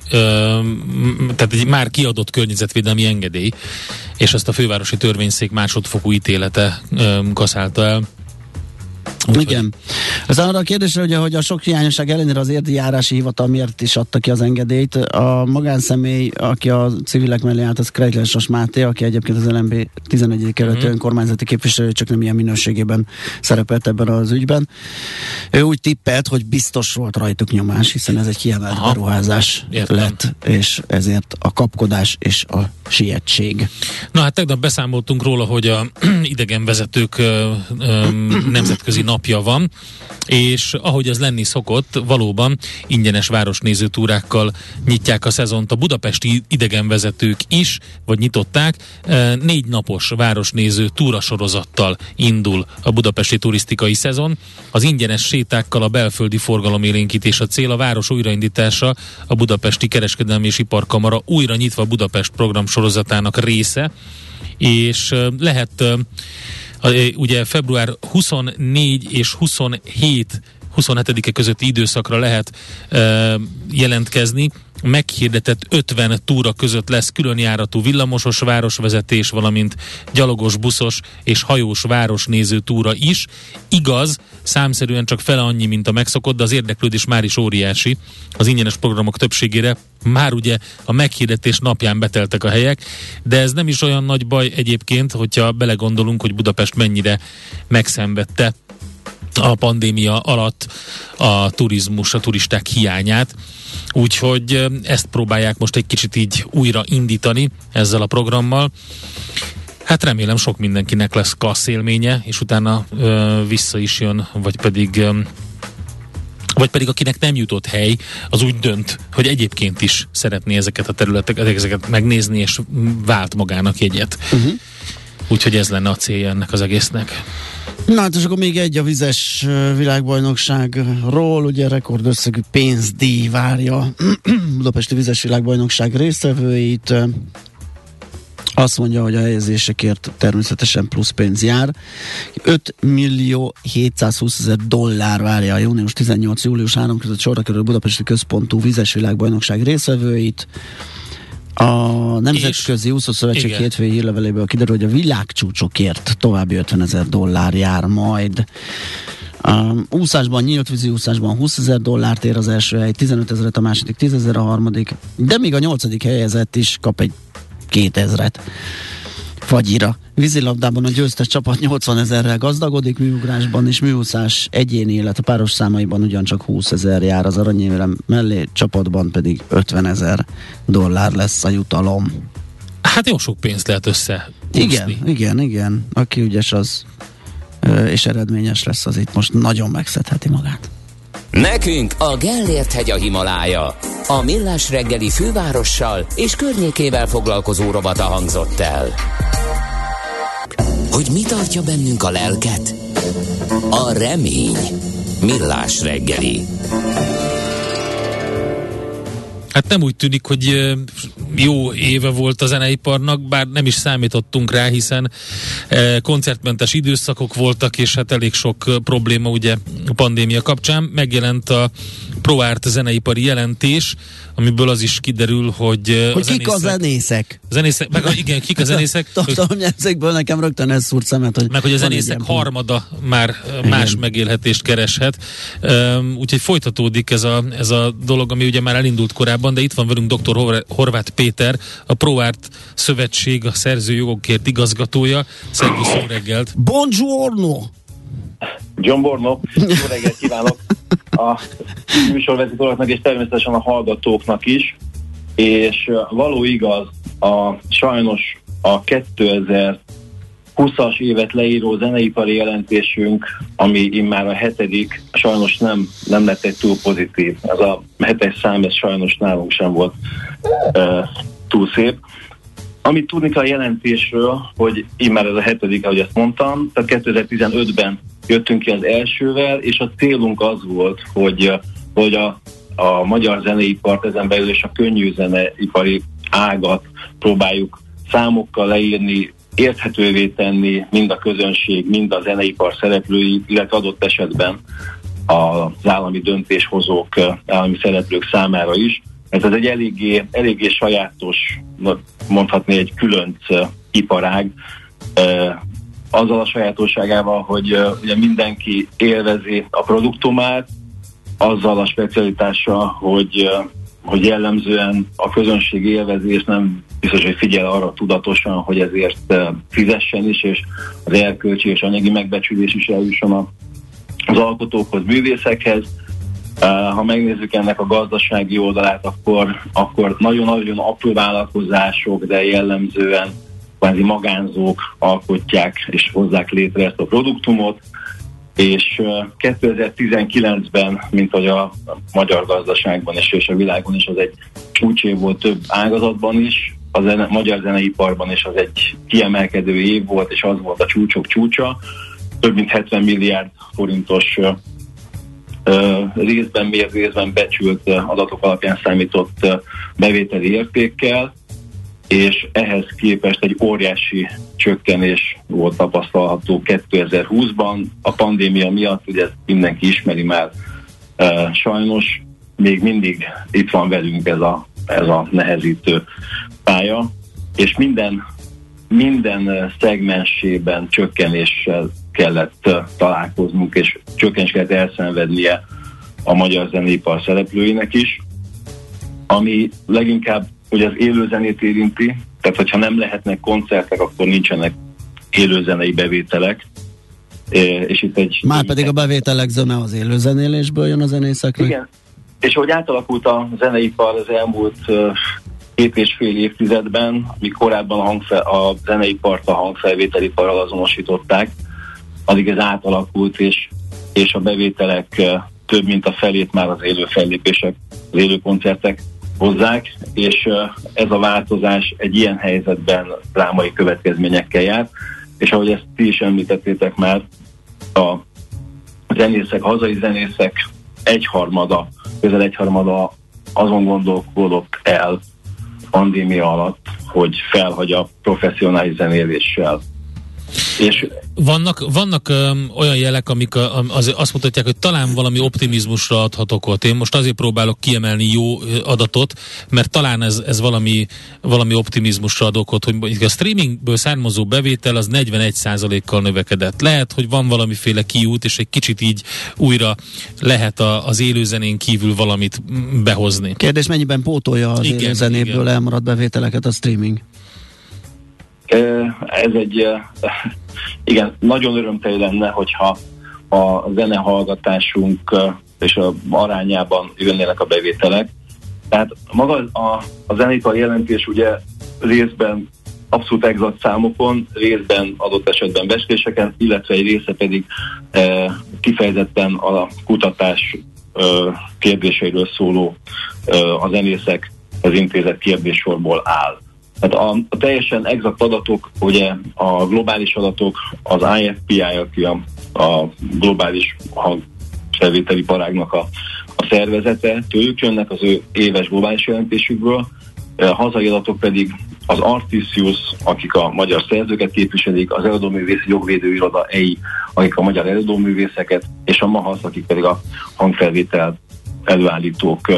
tehát egy már kiadott környezetvédelmi engedély, és ezt a fővárosi törvényszék másodfokú ítélete kaszálta el. Igen. Aztán arra a kérdésre, ugye, hogy a sok hiányosság ellenére az érdi járási hivatal miért is adta ki az engedélyt. A magánszemély, aki a civilek mellé állt, az Krejtler Máté, aki egyébként az LMP 11. kerületi önkormányzati képviselő, csak nem ilyen minőségében szerepelt ebben az ügyben. Ő úgy tippelt, hogy biztos volt rajtuk nyomás, hiszen ez egy kiemelt beruházás lett, és ezért a kapkodás és a sietség. Na hát tegnap beszámoltunk róla, hogy a idegenvezetők nemzetközi napja van, és ahogy az lenni szokott, valóban ingyenes városnéző túrákkal nyitják a szezont a budapesti idegenvezetők is, vagy nyitották. 4 napos városnéző túrasorozattal indul a budapesti turisztikai szezon. Az ingyenes sétákkal a belföldi forgalomélénkítés a cél, a város újraindítása a Budapesti Kereskedelmi és Iparkamara újra nyitva Budapest programsorozatának része, és lehet ugye február 24 és 27-e közötti időszakra lehet jelentkezni. Meghirdetett 50 túra között lesz különjáratú villamosos városvezetés, valamint gyalogos, buszos és hajós városnéző túra is. Igaz, számszerűen csak fele annyi, mint a megszokott, de az érdeklődés már is óriási. Az ingyenes programok többségére már ugye a meghirdetés napján beteltek a helyek, de ez nem is olyan nagy baj egyébként, hogyha belegondolunk, hogy Budapest mennyire megszenvedte a pandémia alatt a turizmus, a turisták hiányát. Úgyhogy ezt próbálják most egy kicsit így újra indítani ezzel a programmal. Hát remélem sok mindenkinek lesz klassz élménye, és utána vissza is jön, vagy pedig akinek nem jutott hely, az úgy dönt, hogy egyébként is szeretné ezeket a területeket, ezeket megnézni, és vált magának jegyet. Úgyhogy ez lenne a célja ennek az egésznek. Na hát és akkor még egy a vizes világbajnokságról, ugye rekordösszegű pénzdíj várja Budapesti vizes világbajnokság résztvevőit. Azt mondja, hogy a helyezésekért természetesen plusz pénz jár. 5.720.000 várja a június 18-július 3 között sorra kerül Budapesti Központú vizes világbajnokság résztvevőit. A Nemzetközi Úszószövetség hétfői hírleveléből kiderül, hogy a világcsúcsokért további $50,000 jár majd. Úszásban, nyílt vízi úszásban $20,000 ér az első hely, 15,000 a második, 10,000 a harmadik, de még a 8. helyezett is kap egy 2,000 fagyira. Vízilabdában a győztes csapat 80,000-rel gazdagodik, műugrásban és műúszás egyéni, illetve páros számaiban ugyancsak 20,000 jár, az aranyérem mellé, csapatban pedig $50,000 lesz a jutalom. Hát jó sok pénzt lehet össze. Igen. Aki ügyes az és eredményes lesz, az itt most nagyon megszedheti magát. Nekünk a Gellért hegy a Himalája. A Millás reggeli fővárossal és környékével foglalkozó rovata hangzott el. Hogy mi tartja bennünk a lelket? A remény. Millás reggeli. Hát nem úgy tűnik, hogy jó éve volt a zeneiparnak, bár nem is számítottunk rá, hiszen koncertmentes időszakok voltak, és hát elég sok probléma ugye a pandémia kapcsán. Megjelent a ProArt zeneipari jelentés, amiből az is kiderül, hogy kik a zenészek? Igen, kik a zenészek. Tartalomjegyzékből nekem rögtön ez szúrt szemet, hogy a zenészek harmada már más megélhetést kereshet. Úgyhogy folytatódik ez a dolog, ami ugye már elindult korábban, de itt van velünk dr. Horváth Péter, a ProArt Szövetség, a szerzőjogokért igazgatója. Szervusz, jó reggelt! Buongiorno! John Borno, jó reggelt kívánok a műsorvezetőknek és természetesen a hallgatóknak is, és való igaz, sajnos a 2020-as évet leíró zeneipari jelentésünk, ami immár a 7., sajnos nem lett egy túl pozitív. Ez a 7. szám, ez sajnos nálunk sem volt túl szép. Amit tudni kell a jelentésről, hogy immár ez a 7., ahogy ezt mondtam, tehát 2015-ben jöttünk ki az elsővel, és a célunk az volt, hogy a magyar zeneipart, ezen belül és a könnyű zeneipari ágat próbáljuk számokkal leírni, érthetővé tenni mind a közönség, mind a zeneipar szereplői, illetve adott esetben az állami döntéshozók, állami szereplők számára is. Ez egy eléggé sajátos, mondhatni egy különc iparág, azzal a sajátosságával, hogy ugye mindenki élvezi a produktumát, azzal a specialitással, hogy jellemzően a közönség élvezi, és nem biztos, hogy figyel arra tudatosan, hogy ezért fizessen is, és az erkölcsi és anyagi megbecsülés is eljusson az alkotókhoz, művészekhez. Ha megnézzük ennek a gazdasági oldalát, akkor nagyon-nagyon apró vállalkozások, de jellemzően kvázi magánzók alkotják és hozzák létre ezt a produktumot, és 2019-ben, mint hogy a magyar gazdaságban és a világon is, az egy csúcsév volt több ágazatban is, a magyar zeneiparban is az egy kiemelkedő év volt, és az volt a csúcsok csúcsa, több mint 70 milliárd forintos részben mért, részben becsült adatok alapján számított bevételi értékkel, és ehhez képest egy óriási csökkenés volt tapasztalható 2020-ban. A pandémia miatt, ugye ezt mindenki ismeri már, sajnos még mindig itt van velünk ez a nehezítő pálya, és minden szegmensében csökkenéssel kellett találkoznunk, és csökkenést kellett elszenvednie a magyar zeneipar szereplőinek is, ami leginkább ugye az élőzenét érinti, tehát hogyha nem lehetnek koncertek, akkor nincsenek élőzenei bevételek. És itt Márpedig a bevételek zöme az élőzenélésből jön a zenészeknek. Igen, és hogy átalakult a zeneipar az elmúlt 2,5 évtizedben, mi korábban a zeneipart a hangfelvételiparral azonosították, addig ez átalakult, és a bevételek több mint a felét már az élő fellépések, az élő koncertek hozzák, és ez a változás egy ilyen helyzetben drámai következményekkel jár, és ahogy ezt ti is említettétek már, a zenészek, hazai zenészek közel egyharmada azon gondolkodott el pandémia alatt, hogy felhagy a professzionális zenéléssel. És vannak olyan jelek, amik azt mutatják, hogy talán valami optimizmusra adhat okot. Én most azért próbálok kiemelni jó adatot, mert talán ez valami optimizmusra ad okot, hogy a streamingből származó bevétel az 41%-kal növekedett. Lehet, hogy van valamiféle kiút, és egy kicsit így újra lehet az élőzenén kívül valamit behozni. Kérdés, mennyiben pótolja az élőzenéből elmaradt bevételeket a streaming? Ez igen, nagyon örömteli lenne, hogyha a zenehallgatásunk és a arányában jönnének a bevételek. Tehát maga a zeneipar jelentés ugye részben abszolút exakt számokon, részben adott esetben becsléseken, illetve egy része pedig kifejezetten a kutatás kérdéseiről szóló a zenészek az intézet kérdéssorból áll. Tehát a teljesen exakt adatok, ugye a globális adatok, az IFPI, aki a globális hangfelvételi iparágnak a szervezete, tőlük jönnek az ő éves globális jelentésükből, hazai adatok pedig az Artisius, akik a magyar szerzőket képviselik, az Előadóművészi Jogvédő Iroda EI, akik a magyar előadóművészeket, és a MAHASZ, akik pedig a hangfelvétel előállítók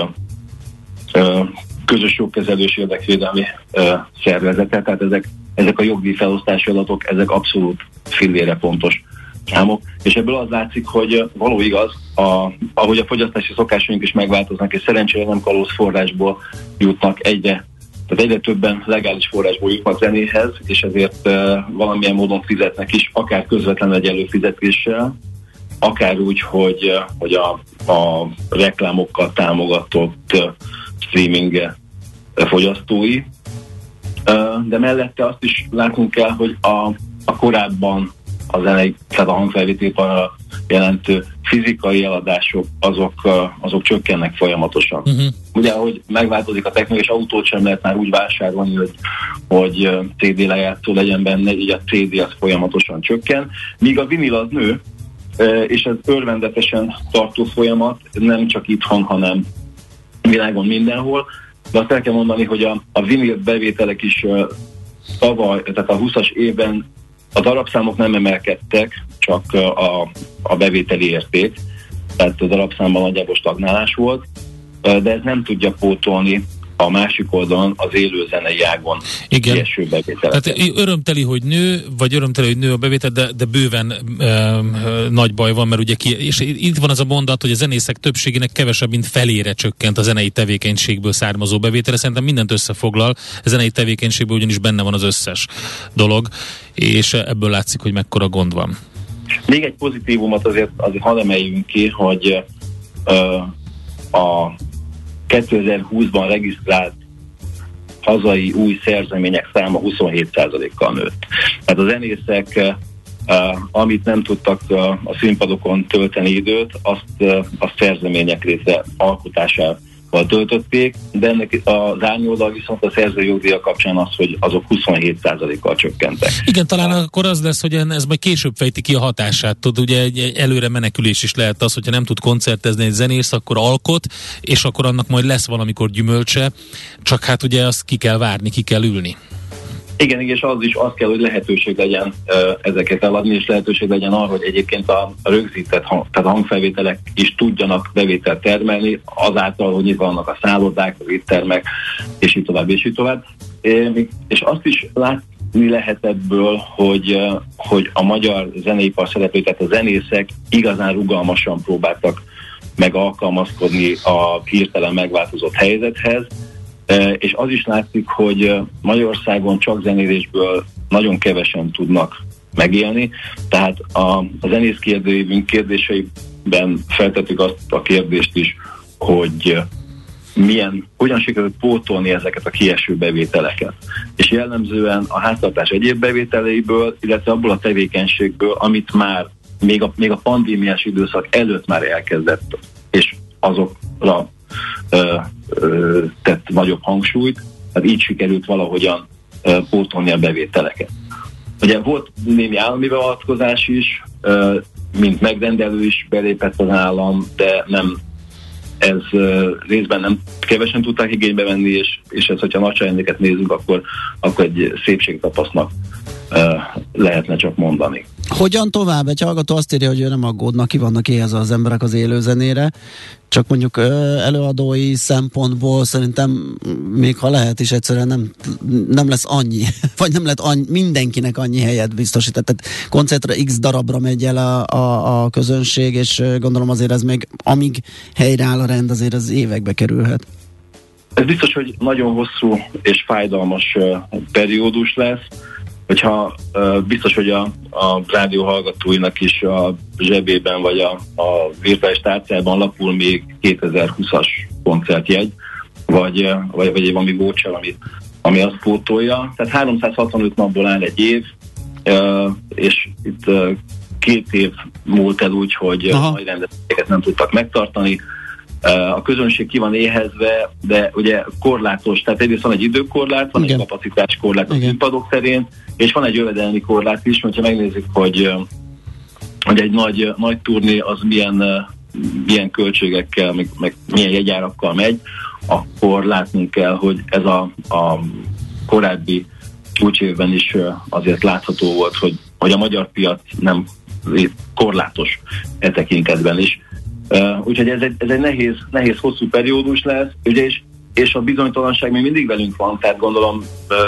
közös jogkezelős érdekvédelmi szervezete. Tehát ezek a jogdíj felosztási adatok, ezek abszolút fillére pontos számok, és ebből az látszik, hogy való igaz, ahogy a fogyasztási szokásaink is megváltoznak, és szerencsére nem kalóz forrásból jutnak egyre többen legális forrásból jutnak zenéhez, és ezért valamilyen módon fizetnek is, akár közvetlen egy előfizetéssel, akár úgy, hogy a reklámokkal támogatott streaming fogyasztói. De mellette azt is látnunk kell, hogy a korábban a zenei, tehát a hangfelvételipar jelentő fizikai eladások, azok csökkennek folyamatosan. Ugye, ahogy megváltozik a technológia, és autót sem lehet már úgy vásárolni, hogy CD lejátszó legyen benne, így a CD az folyamatosan csökken, míg a vinil az nő, és ez örvendetesen tartó folyamat, nem csak itthon, hanem világon mindenhol. De azt el kell mondani, hogy a vinil bevételek is tavaly, tehát a 20-as évben a darabszámok nem emelkedtek, csak a bevételi érték, tehát a darabszámban nagyjából stagnálás volt, de ez nem tudja pótolni a másik oldalon az élő zenei ágon kieső bevételeket. Tehát örömteli, hogy nő, vagy örömteli, hogy nő a bevétel, de bőven nagy baj van, mert ugye és itt van az a mondat, hogy a zenészek többségének kevesebb, mint felére csökkent a zenei tevékenységből származó bevétele. Szerintem mindent összefoglal, a zenei tevékenységből ugyanis benne van az összes dolog, és ebből látszik, hogy mekkora gond van. Még egy pozitívumot azért hadd emeljünk ki, hogy a 2020-ban regisztrált hazai új szerzemények száma 27%-kal nőtt. Tehát a zenészek, amit nem tudtak a színpadokon tölteni időt, azt szerzemények része alkotásával töltötték, de ennek az árnyoldal viszont a szerzőjogdíjak kapcsán az, hogy azok 27%-kal csökkentek. Igen, talán akkor az lesz, hogy ez majd később fejti ki a hatását. Tudod, ugye egy előre menekülés is lehet az, hogyha nem tud koncertezni egy zenész, akkor alkot, és akkor annak majd lesz valamikor gyümölcse, csak hát ugye azt ki kell várni, ki kell ülni. Igen, és az kell, hogy lehetőség legyen ezeket eladni, és lehetőség legyen arra, hogy egyébként a rögzített tehát a hangfelvételek is tudjanak bevételt termelni, azáltal, hogy itt vannak a szállodák, az éttermek, és így tovább, és így tovább. És azt is látni lehet ebből, hogy a magyar zeneipar szereplői, tehát a zenészek igazán rugalmasan próbáltak meg alkalmazkodni a hirtelen megváltozott helyzethez, és az is látszik, hogy Magyarországon csak zenélésből nagyon kevesen tudnak megélni, tehát a zenész kérdőívünk kérdéseiben feltettük azt a kérdést is, hogy hogyan sikerült pótolni ezeket a kieső bevételeket. És jellemzően a háztartás egyéb bevételeiből, illetve abból a tevékenységből, amit már még a pandémiás időszak előtt már elkezdett, és azokra tett nagyobb hangsúlyt, tehát így sikerült valahogyan pótolni a bevételeket. Ugye volt némi állami beavatkozás is, mint megrendelő is belépett az állam, de ez részben nem kevesen tudták igénybe venni, és ez, hogyha nagyságrendeket nézünk, akkor egy szépségtapasznak lehetne csak mondani. Hogyan tovább? Egy hallgató azt írja, hogy ő nem aggódnak, ki vannak éhezve az emberek az élőzenére, csak mondjuk előadói szempontból szerintem még ha lehet is egyszerűen nem lesz annyi, vagy nem lehet mindenkinek annyi helyet biztosítani. Tehát koncertre x darabra megy el a közönség, és gondolom azért ez még amíg helyreáll a rend, azért az évekbe kerülhet. Ez biztos, hogy nagyon hosszú és fájdalmas periódus lesz, hogyha biztos, hogy a rádió hallgatóinak is a zsebében vagy a virtuális tárcában lapul még 2020-as koncertjegy, vagy valami voucher, ami azt pótolja. Tehát 365 napból áll egy év, és itt 2 év múlt el úgy, hogy nagy rendezvényeket nem tudtak megtartani. A közönség ki van éhezve, de ugye korlátos, tehát egyrészt van egy időkorlát, van egy kapacitáskorlát a színpadok terén, és van egy jövedelmi korlát is, hogyha megnézzük, hogy egy nagy turné az milyen költségekkel, meg milyen jegyárakkal megy, akkor látnunk kell, hogy ez a korábbi csúcsévben is azért látható volt, hogy a magyar piac nem korlátos e tekintetben is. Úgyhogy ez egy nehéz hosszú periódus lesz, ugye, és a bizonytalanság még mindig velünk van, tehát gondolom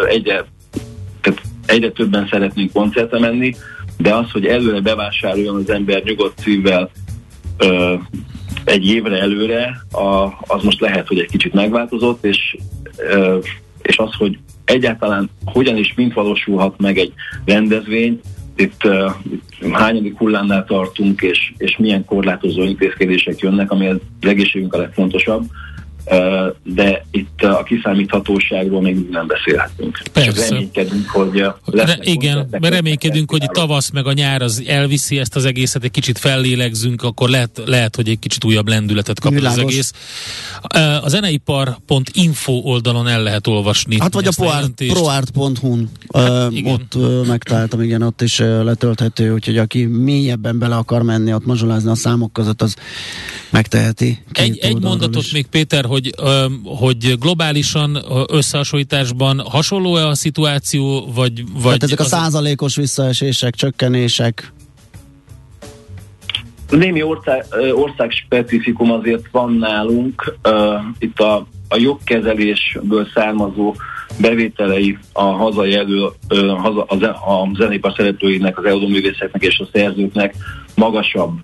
egyre többen szeretnénk koncertre menni, de az, hogy előre bevásároljon az ember nyugodt szívvel egy évre előre, az most lehet, hogy egy kicsit megváltozott, és az, hogy egyáltalán hogyan és mint valósulhat meg egy rendezvény, itt hányadik hullámnál tartunk, és milyen korlátozó intézkedések jönnek, ami az egészségünk a legfontosabb, de itt a kiszámíthatóságról még nem beszélhetünk. Persze. Csak reménykedünk, hogy reménykedünk, hogy tavasz meg a nyár az elviszi ezt az egészet, egy kicsit fellélegzünk, akkor lehet, hogy egy kicsit újabb lendületet kap az egész. A zeneipar.info oldalon el lehet olvasni. Hát vagy a proart.hu-n ott megtaláltam, igen, ott is letölthető, úgyhogy aki mélyebben bele akar menni, ott mazsolázni a számok között, az megteheti. Egy mondatot is. Még Péter, hogy globálisan összehasonlításban hasonló-e a szituáció, vagy hát ezek a százalékos visszaesések, csökkenések? Némi ország specifikum azért van nálunk. Itt a jogkezelésből származó bevételei a hazai a zeneipar szereplőinek, az előadóművészeknek és a szerzőknek magasabb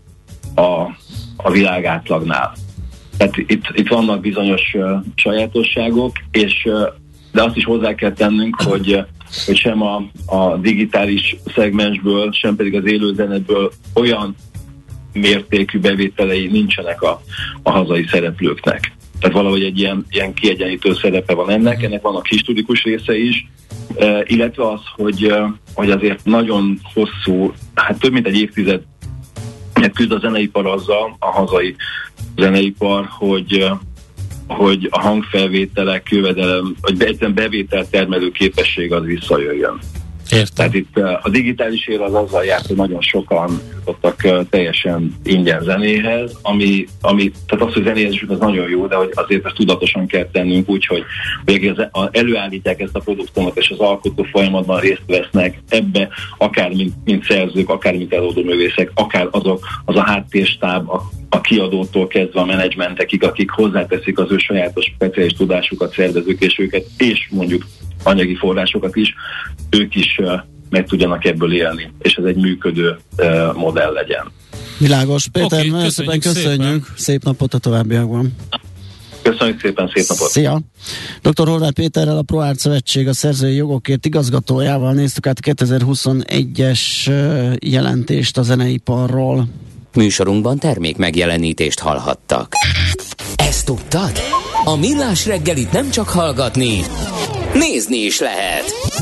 a világ átlagnál. Tehát itt vannak bizonyos sajátosságok, de azt is hozzá kell tennünk, hogy sem a digitális szegmensből, sem pedig az élőzenetből olyan mértékű bevételei nincsenek a hazai szereplőknek. Tehát valahogy egy ilyen kiegyenlítő szerepe van ennek van a historikus része is, illetve az, hogy azért nagyon hosszú, hát több mint egy évtized küzd a zeneipar azzal, a hazai zeneipar, hogy a hangfelvételek, jövedelem, vagy egyszerűen bevételtermelő képesség az visszajöjjön. Értem. Tehát itt a digitális ér az azzal járt, hogy nagyon sokan jutottak teljesen ingyen zenéhez, tehát az, hogy zenézésük az nagyon jó, de hogy azért ezt tudatosan kell tennünk úgy, hogy előállítják ezt a produktumot, és az alkotó folyamatban részt vesznek ebbe, akár mint szerzők, akár mint előadóművészek, akár az a háttérstáb, a kiadótól kezdve a menedzsmentekig, akik hozzáteszik az ő sajátos speciális tudásukat, szervezők és őket, és mondjuk anyagi forrásokat is, ők is meg tudjanak ebből élni, és ez egy működő modell legyen. Világos. Péter, nagyon szépen köszönjük. Szép napot a továbbiakban. Köszönjük szépen, szép napot. Szia! Dr. Horváth Péterrel, a ProArt Szövetség a szerzői jogokért igazgatójával néztük át 2021-es jelentést a zeneiparról. Műsorunkban termék megjelenítést hallhattak. Ezt tudtad? A Millás reggelit nem csak hallgatni, nézni is lehet.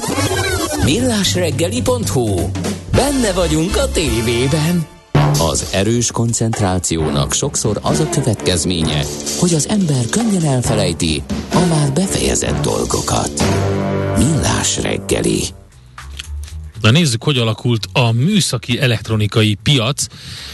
Millásreggeli.hu. Benne vagyunk a tévében. Az erős koncentrációnak sokszor az a következménye, hogy az ember könnyen elfelejti a már befejezett dolgokat. Millás reggeli. Na nézzük, hogy alakult a műszaki elektronikai piac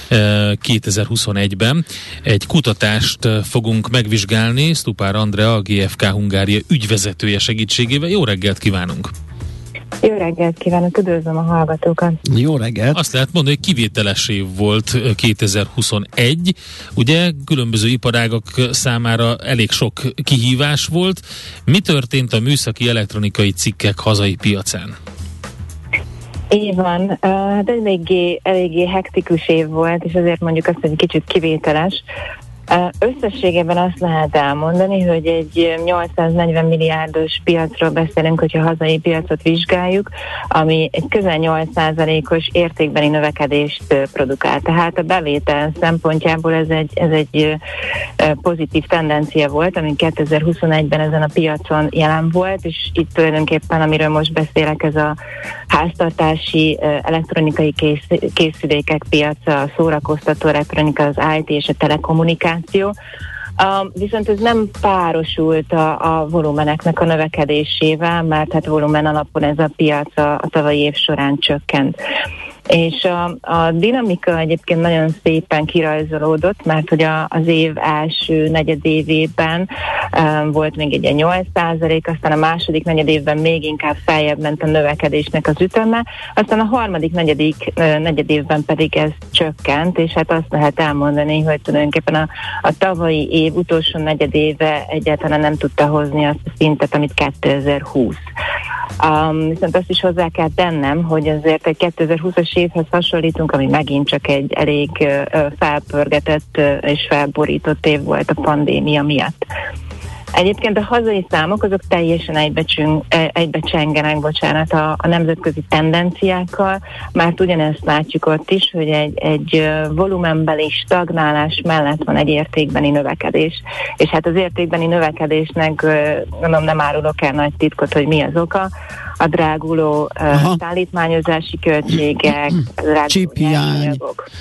2021-ben. Egy kutatást fogunk megvizsgálni Stupár Andrea, a GFK Hungária ügyvezetője segítségével. Jó reggelt kívánunk! Jó reggelt kívánok, üdvözlöm a hallgatókat! Jó reggelt! Azt lehet mondani, hogy kivételes év volt 2021. Ugye különböző iparágak számára elég sok kihívás volt. Mi történt a műszaki elektronikai cikkek hazai piacán? Így van, hát eléggé hektikus év volt, és azért mondjuk azt, hogy kicsit kivételes. Összességében azt lehet elmondani, hogy egy 840 milliárdos piacról beszélünk, hogyha a hazai piacot vizsgáljuk, ami egy közel 8%-os értékbeni növekedést produkál. Tehát a bevétel szempontjából ez egy pozitív tendencia volt, ami 2021-ben ezen a piacon jelen volt, és itt tulajdonképpen, amiről most beszélek, ez a háztartási elektronikai készülékek piaca, a szórakoztató elektronika, az IT és a telekommunikáció, Viszont ez nem párosult a volumeneknek a növekedésével, mert hát volumen alapon ez a piac a tavalyi év során csökkent. És a dinamika egyébként nagyon szépen kirajzolódott, mert hogy az év első negyedévében volt még egy 8%, aztán a második negyedévben még inkább feljebb ment a növekedésnek az üteme, aztán a harmadik negyedévben pedig ez csökkent, és hát azt lehet elmondani, hogy tulajdonképpen a tavalyi év utolsó negyedéve egyáltalán nem tudta hozni azt a szintet, amit 2020. Viszont azt is hozzá kell tennem, hogy azért egy 2020-as évhez hasonlítunk, ami megint csak egy elég felpörgetett és felborított év volt a pandémia miatt. Egyébként a hazai számok azok teljesen egybecsengenek a nemzetközi tendenciákkal, mert ugyanezt látjuk ott is, hogy egy volumenbeli stagnálás mellett van egy értékbeni növekedés. És hát az értékbeni növekedésnek mondom, nem árulok el nagy titkot, hogy mi az oka. A dráguló szállítmányozási költségek, csiphiány,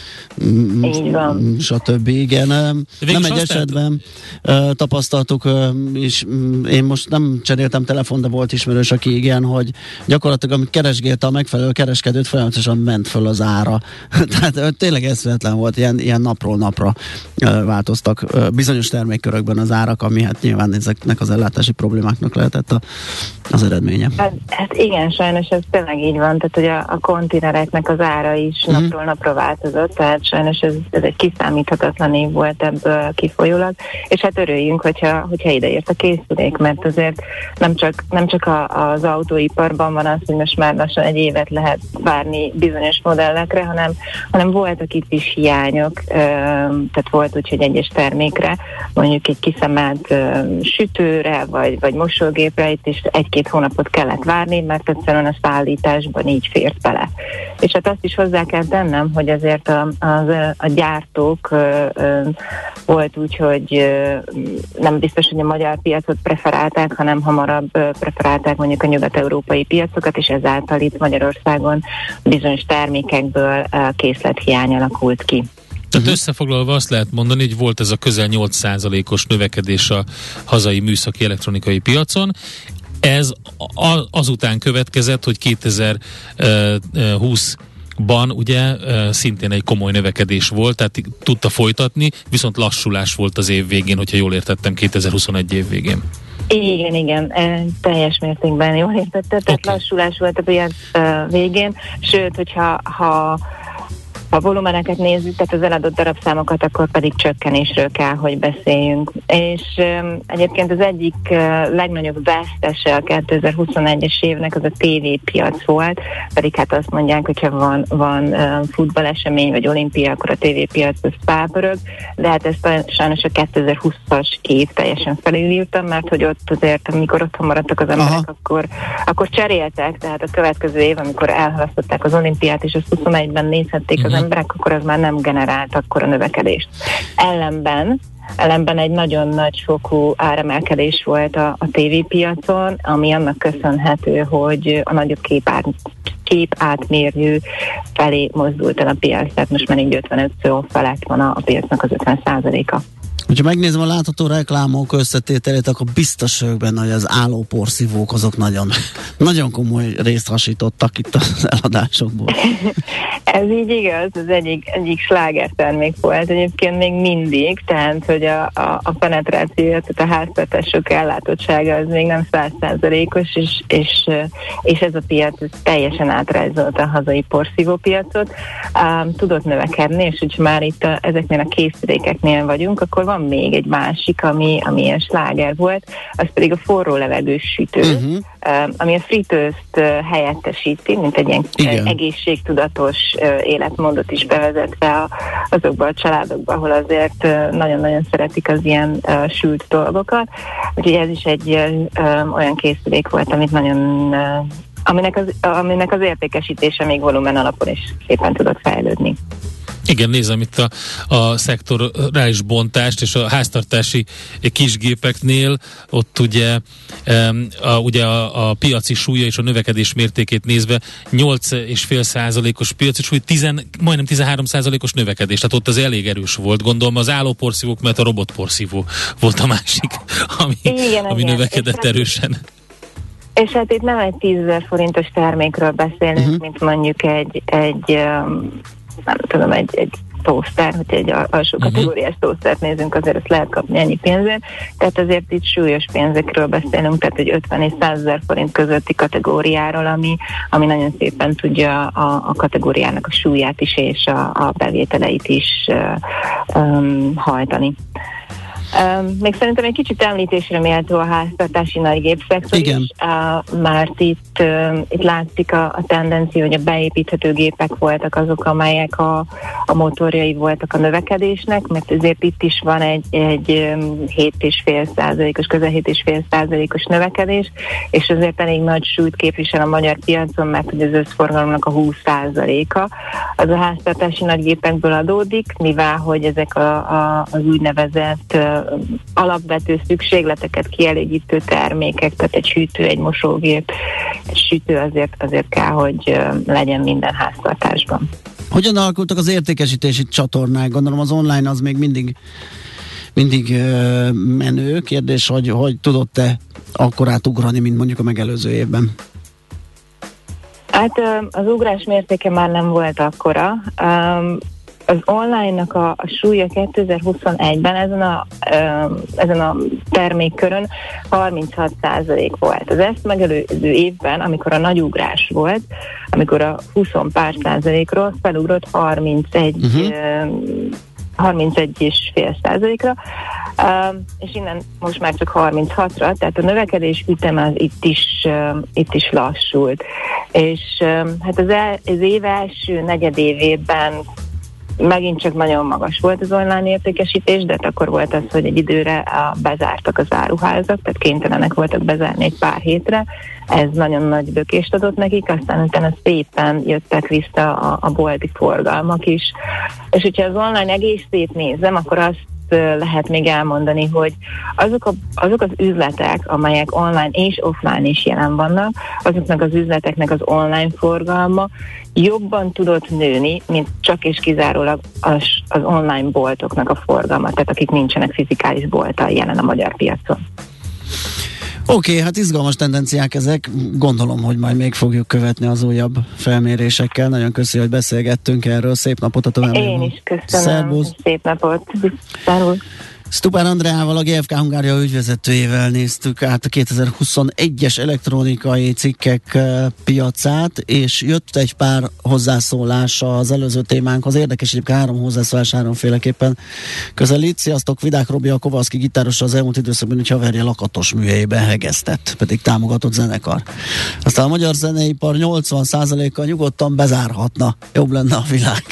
így van. Stb. Igen. Nem egy esetben tapasztaltuk, és én most nem cseréltem telefon, de volt ismerős, aki igen, hogy gyakorlatilag amit keresgélte a megfelelő kereskedőt, folyamatosan ment föl az ára. Tehát tényleg eszméletlen volt, ilyen napról napra változtak bizonyos termékkörökben az árak, ami hát nyilván ezeknek az ellátási problémáknak lehetett az eredménye. Hát igen, sajnos ez tényleg így van, tehát hogy a konténereknek az ára is napról napra változott, tehát sajnos ez egy kiszámíthatatlan év volt ebből kifolyólag, és hát örüljünk, hogyha ideért a készülék, mert azért nem csak az autóiparban van az, hogy most már lassan egy évet lehet várni bizonyos modellekre, hanem voltak itt is hiányok, tehát volt úgy, hogy egyes termékre, mondjuk egy kiszemelt sütőre, vagy mosógépre itt is 1-2 hónapot kellett várni, mert egyszerűen a szállításban így fért bele. És hát azt is hozzá kell tennem, hogy azért a gyártók volt úgy, hogy nem biztos, hogy a magyar piacot preferálták, hanem hamarabb preferálták mondjuk a nyugat-európai piacokat, és ezáltal itt Magyarországon bizonyos termékekből készlethiány alakult ki. Tehát összefoglalva azt lehet mondani, hogy volt ez a közel 8%-os növekedés a hazai műszaki elektronikai piacon. Ez azután következett, hogy 2020-ban ugye szintén egy komoly növekedés volt, tehát tudta folytatni, viszont lassulás volt az év végén, hogyha jól értettem, 2021 év végén. Igen, teljes mértékben jól értettem, tehát lassulás volt a piac végén, sőt, hogyha ha volumeneket nézzük, tehát az eladott darabszámokat, akkor pedig csökkenésről kell, hogy beszéljünk. És egyébként az egyik legnagyobb vesztese a 2021-es évnek az a tévépiac volt, pedig hát azt mondják, hogyha van futballesemény vagy olimpia, akkor a tévépiac az felpörög, de hát ezt sajnos a 2020-as év teljesen felülírtam, mert hogy ott azért, amikor otthon maradtak az emberek, akkor cseréltek, tehát a következő év, amikor elhalasztották az olimpiát, és azt 21-ben nézhették az emberek, akkor az már nem generált akkora növekedést. Ellenben egy nagyon nagy fokú áremelkedés volt a tévépiacon, ami annak köszönhető, hogy a nagyobb kép átmérő felé mozdult el a piac, tehát most már így 55 szó felett van a piacnak az 50%-a. Ha megnézem a látható reklámok összetételét, akkor biztos vagyok benne, hogy az állóporszívók azok nagyon, nagyon komoly részt hasítottak itt az eladásokból. Ez így igaz, az egyik slágertermék volt egyébként még mindig, tehát hogy a penetráció, tehát a háztartások ellátottsága az még nem 100%-os, és ez a piac teljesen átrajzolta a hazai porszívópiacot. Tudott növekedni, és hogyha már itt ezeknél a készülékeknél vagyunk, akkor van még egy másik, ami ilyen sláger volt, az pedig a forró levegős sütő, ami a fritőzt helyettesíti, mint egy ilyen egészségtudatos életmódot is bevezetve azokban a családokban, ahol azért nagyon-nagyon szeretik az ilyen sült dolgokat. Úgyhogy ez is egy olyan készülék volt, amit nagyon aminek az értékesítése még volumen alapon is szépen tudott fejlődni. Igen, nézem itt a szektorális bontást, és a háztartási kisgépeknél ott ugye a piaci súlya és a növekedés mértékét nézve 8,5%-os piaci súly, majdnem 13%-os növekedés, tehát ott az elég erős volt. Gondolom az állóporszívók, mert a robotporszívó volt a másik, ami növekedett erősen. És hát itt nem egy 10 000 forintos termékről beszélünk, mint mondjuk egy toaster, hogyha egy alsó kategóriás toastert nézünk, azért ezt lehet kapni ennyi pénzért. Tehát azért itt súlyos pénzekről beszélünk, tehát egy 50 és 100 000 forint közötti kategóriáról, ami nagyon szépen tudja a kategóriának a súlyát is és a bevételeit is hajtani. Még szerintem egy kicsit említésre méltó a háztartási nagygépszektor is, mert itt látszik a tendencia, hogy a beépíthető gépek voltak azok, amelyek a motorjai voltak a növekedésnek, mert ezért itt is van egy 7,5%-os, közel 7,5%-os növekedés, és azért elég nagy súlyt képvisel a magyar piacon, mert hogy az összforgalomnak a 20%-a az a háztartási nagygépekből adódik, mivel hogy ezek az úgynevezett alapvető szükségleteket kielégítő termékek, tehát egy hűtő, egy mosógép, egy sütő azért kell, hogy legyen minden háztartásban. Hogyan alakultak az értékesítési csatornák? Gondolom az online az még mindig menő. Kérdés, hogy tudott-e akkorát ugrani, mint mondjuk a megelőző évben? Hát az ugrás mértéke már nem volt akkora. Az online-nak a súlya 2021-ben ezen a termékkörön 36% volt. Az ezt megelőző évben, amikor a nagy ugrás volt, amikor a 20 pár százalékról felugrott 31,5%-ra, és innen most már csak 36-ra, tehát a növekedés üteme az itt is lassult. És hát az év első negyedévében megint csak nagyon magas volt az online értékesítés, de akkor volt az, hogy egy időre bezártak az áruházak, tehát kénytelenek voltak bezárni egy pár hétre. Ez nagyon nagy bökést adott nekik, aztán utána szépen jöttek vissza a bolti forgalmak is. És hogyha az online egészét nézem, akkor azt lehet még elmondani, hogy azok az üzletek, amelyek online és offline is jelen vannak, azoknak az üzleteknek az online forgalma jobban tudott nőni, mint csak és kizárólag az online boltoknak a forgalma, tehát akik nincsenek fizikális bolttal jelen a magyar piacon. Oké, hát izgalmas tendenciák ezek. Gondolom, hogy majd még fogjuk követni az újabb felmérésekkel. Nagyon köszönöm, hogy beszélgettünk erről. Szép napot a továbbiakban. Én is köszönöm. Szervusz. Szép napot. Szervusz. Stupán Andreával, a GFK Hungária ügyvezetőjével néztük át a 2021-es elektronikai cikkek piacát, és jött egy pár hozzászólás az előző témánkhoz. Érdekes, egyébként 3 hozzászólás 3-féleképpen közelít. Sziasztok, Vidák Robi, a Kovalszki gitárosa az elmúlt időszakban egy haverja lakatos műhelyében hegesztett, pedig támogatott zenekar. Aztán a magyar zeneipar 80%-kal nyugodtan bezárhatna. Jobb lenne a világ.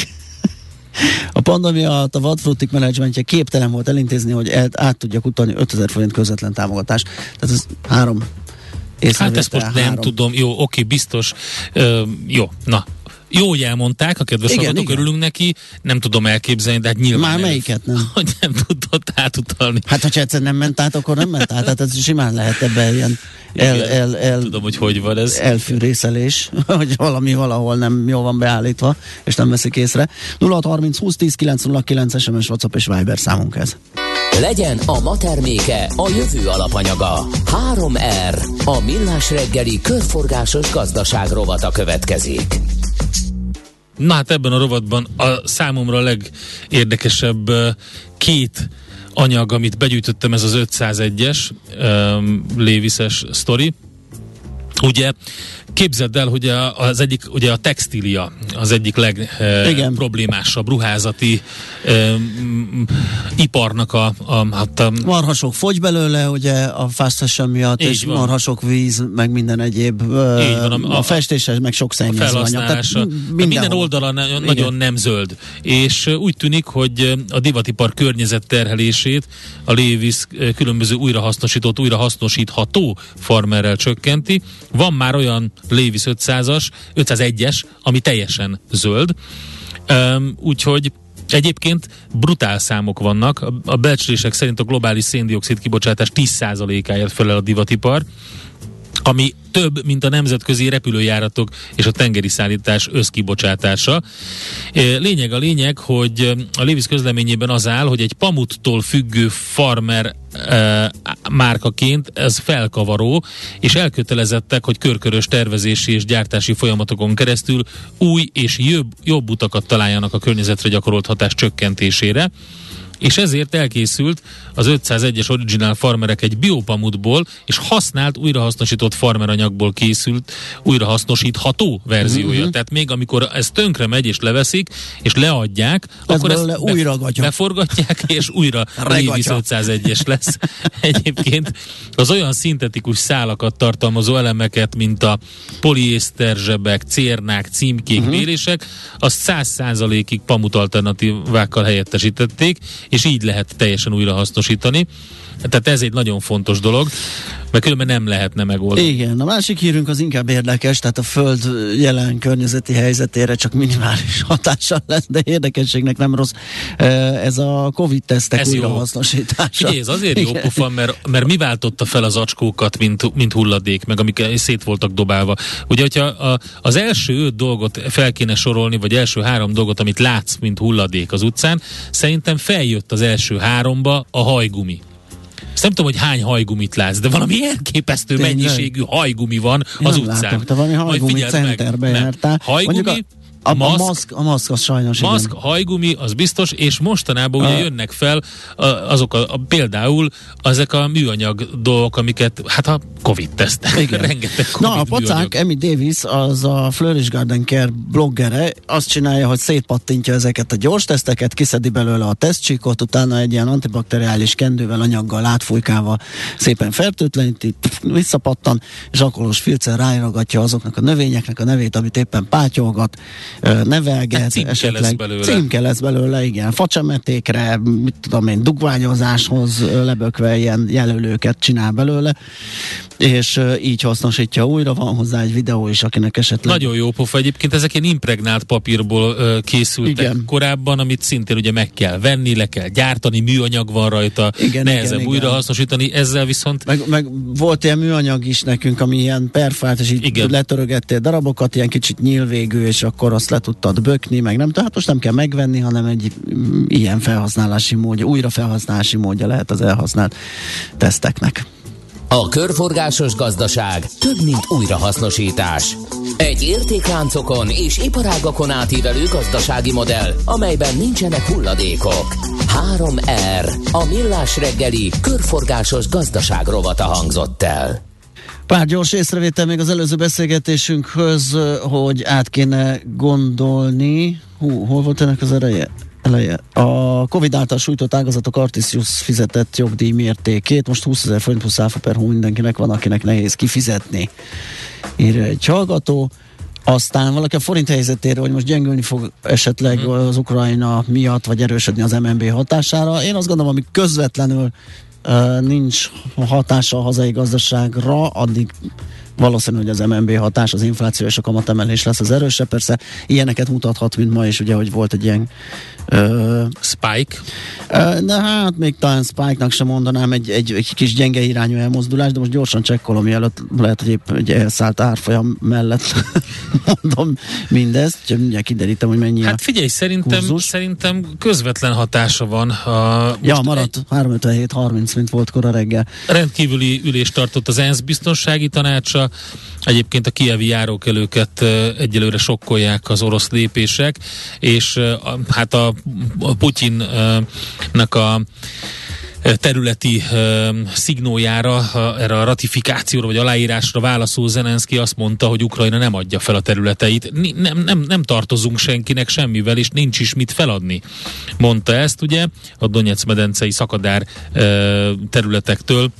A pandémia alatt a Vadfrutik menedzsmentje képtelen volt elintézni, hogy át tudjak utalni 5000 forint közvetlen támogatást. Tehát ez 3 észrevétel. Hát ezt most nem tudom. Jó, oké, biztos. Jó, na. Jó, hogy elmondták, a kedves hallgatók, örülünk neki, nem tudom elképzelni, de hát nyilván már melyiket nem? Hogy nem tudott átutalni. Hát, hogyha egyszer nem ment át, akkor nem ment át, tehát ez simán lehet ebben ilyen tudom, hogy van ez. Elfűrészelés, hogy valami valahol nem jól van beállítva, és nem veszik észre. 0630 20 10 909 SMS, WhatsApp és Viber számunk ez. Legyen a ma terméke a jövő alapanyaga. 3R, a Millás reggeli körforgásos gazdaság rovata következik. Na hát ebben a rovatban a számomra legérdekesebb 2 anyag, amit begyűjtöttem, ez az 501-es Levi's-es sztori. Ugye képzeld el, hogy az egyik, ugye a textília az egyik legproblémásabb ruházati iparnak a marhasok fogy belőle, ugye a fast fashion miatt, és marhasok víz, meg minden egyéb a festéses, meg sok szennyezőanyag. Minden oldala nagyon nem zöld. És úgy tűnik, hogy a divatipar környezetterhelését a Levi's különböző újrahasznosítható farmerrel csökkenti. Van már olyan Levi's 501-es, ami teljesen zöld, Úgyhogy egyébként brutál számok vannak. A becslések szerint a globális széndioxid kibocsátás 10%-áért felel a divatipar, ami több, mint a nemzetközi repülőjáratok és a tengeri szállítás összkibocsátása. Lényeg, hogy a Lévisz közleményében az áll, hogy egy pamuttól függő farmer márkaként ez felkavaró, és elkötelezettek, hogy körkörös tervezési és gyártási folyamatokon keresztül új és jobb utakat találjanak a környezetre gyakorolt hatás csökkentésére. És ezért elkészült az 501-es Original Farmerek egy biopamutból és használt, újrahasznosított farmeranyagból készült újrahasznosítható verziója. Tehát még amikor ez tönkre megy és leveszik, és leadják, akkor ezt beforgatják, és újra Lévisz 501-es lesz. Egyébként az olyan szintetikus szálakat tartalmazó elemeket, mint a poliészter zsebek, cérnák, címkék, vérések, azt 100%-ig pamut alternatívákkal helyettesítették, és így lehet teljesen újrahasznosítani. Tehát ez egy nagyon fontos dolog, mert különben nem lehetne megoldani. Igen, a másik hírünk az inkább érdekes, tehát a Föld jelen környezeti helyzetére csak minimális hatással lesz, de érdekességnek nem rossz. Ez a Covid-tesztek újrahasznosítása. Ugye, ez azért jó pofa, mert mi váltotta fel az acskókat, mint hulladék, meg amik szét voltak dobálva. Ugye, hogyha az első 5 dolgot fel kéne sorolni, vagy első 3 dolgot, amit látsz, mint hulladék az utcán, szerintem feljött az első 3-ba a hajgumi. Ezt nem tudom, hogy hány hajgumit látsz, de valami elképesztő mennyiségű hajgumi van az utcán. Látok, te valami hajgumi centerbe jártál. Hajgumi, a maszk az sajnos. Maszk, igen. Hajgumi, az biztos, és mostanában ugye jönnek fel azok például ezek a műanyag dolgok, amiket, hát a Covid-tesztek. Rengeteg Covid a pacák, Amy Davis, az a Flourish Garden Care bloggere, azt csinálja, hogy szétpattintja ezeket a gyors teszteket, kiszedi belőle a tesztcsíkot, utána egy ilyen antibakteriális kendővel, anyaggal, átfújkával szépen fertőtleníti, visszapattan, és alkoholos filccel ráiragatja azoknak a növényeknek a nevét, amit éppen pátyolgat, nevelget, esetleg címke lesz belőle, igen, facsemetékre, mit tudom én, dugványozáshoz lebökve ilyen jelölőket csinál belőle, és így hasznosítja újra, van hozzá egy videó is, akinek esetleg... Nagyon jó pofa, egyébként ezek ilyen impregnált papírból készültek korábban, amit szintén ugye meg kell venni, le kell gyártani, műanyag van rajta, nehezebb újra hasznosítani, ezzel viszont... Meg volt ilyen műanyag is nekünk, ami ilyen perfált, és így letörögettél darabokat, ilyen kicsit nyílvégű, és akkor azt le tudtad bökni, meg nem, tehát most nem kell megvenni, hanem egy ilyen felhasználási módja, újra felhasználási módja lehet az elhasznált teszteknek. A körforgásos gazdaság több, mint újrahasznosítás. Egy értékláncokon és iparágakon átívelő gazdasági modell, amelyben nincsenek hulladékok. 3R, a Millás reggeli körforgásos gazdaság rovata hangzott el. Pár gyors észrevétel még az előző beszélgetésünkhöz, hogy át kéne gondolni. Hol volt ennek az eleje? A Covid által sújtott ágazatok Artisius fizetett jogdíj mértékét, most 20 000 forint plusz áfa per hó mindenkinek van, akinek nehéz kifizetni, írja egy hallgató. Aztán valaki a forint helyzetéről, hogy most gyengülni fog esetleg az Ukrajna miatt, vagy erősödni az MNB hatására. Én azt gondolom, ami közvetlenül nincs hatása a hazai gazdaságra, addig valószínű, hogy az MNB hatás, az infláció és a kamatemelés lesz az erősebb. Persze ilyeneket mutathat, mint ma is, ugye, hogy volt egy ilyen spike. De hát még talán spike-nak sem mondanám, egy kis gyenge irányú elmozdulás, de most gyorsan csekkolom, mielőtt lehet, hogy épp egy elszállt árfolyam mellett mondom mindezt, csak mindjárt kiderítem, hogy mennyi hát figyelj, szerintem közvetlen hatása van. Maradt 3,57-30, mint volt kora reggel. Rendkívüli ülést tartott az ENSZ biztonsági tanácsa. Egyébként a kijevi járókelőket egyelőre sokkolják az orosz lépések, és hát a Putyinnak a területi szignójára, erre a ratifikációra vagy aláírásra válaszol Zelenszky azt mondta, hogy Ukrajna nem adja fel a területeit. Nem tartozunk senkinek semmivel, és nincs is mit feladni. Mondta ezt, ugye, a Donetsz-medencei szakadár területektől,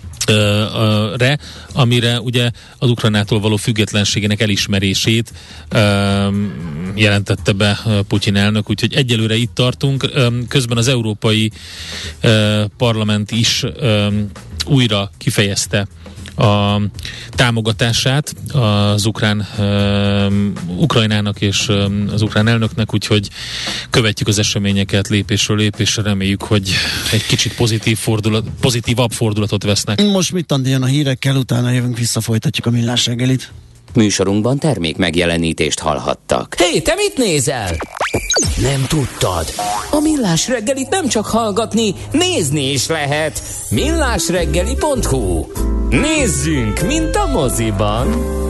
amire ugye az Ukrajnától való függetlenségének elismerését jelentette be Putyin elnök, úgyhogy egyelőre itt tartunk. Közben az Európai Parlament is újra kifejezte a támogatását az Ukrajnának és az ukrán elnöknek, úgyhogy követjük az eseményeket lépésről lépésre, reméljük, hogy egy kicsit pozitívabb fordulatot vesznek. Most mit jön a hírekkel, utána jövünk vissza, folytatjuk a Millás reggelit. Műsorunkban termék megjelenítést hallhattak. Hé, te mit nézel? Nem tudtad? A Millás reggelit nem csak hallgatni, nézni is lehet. millásreggeli.hu. Nézzünk, mint a moziban.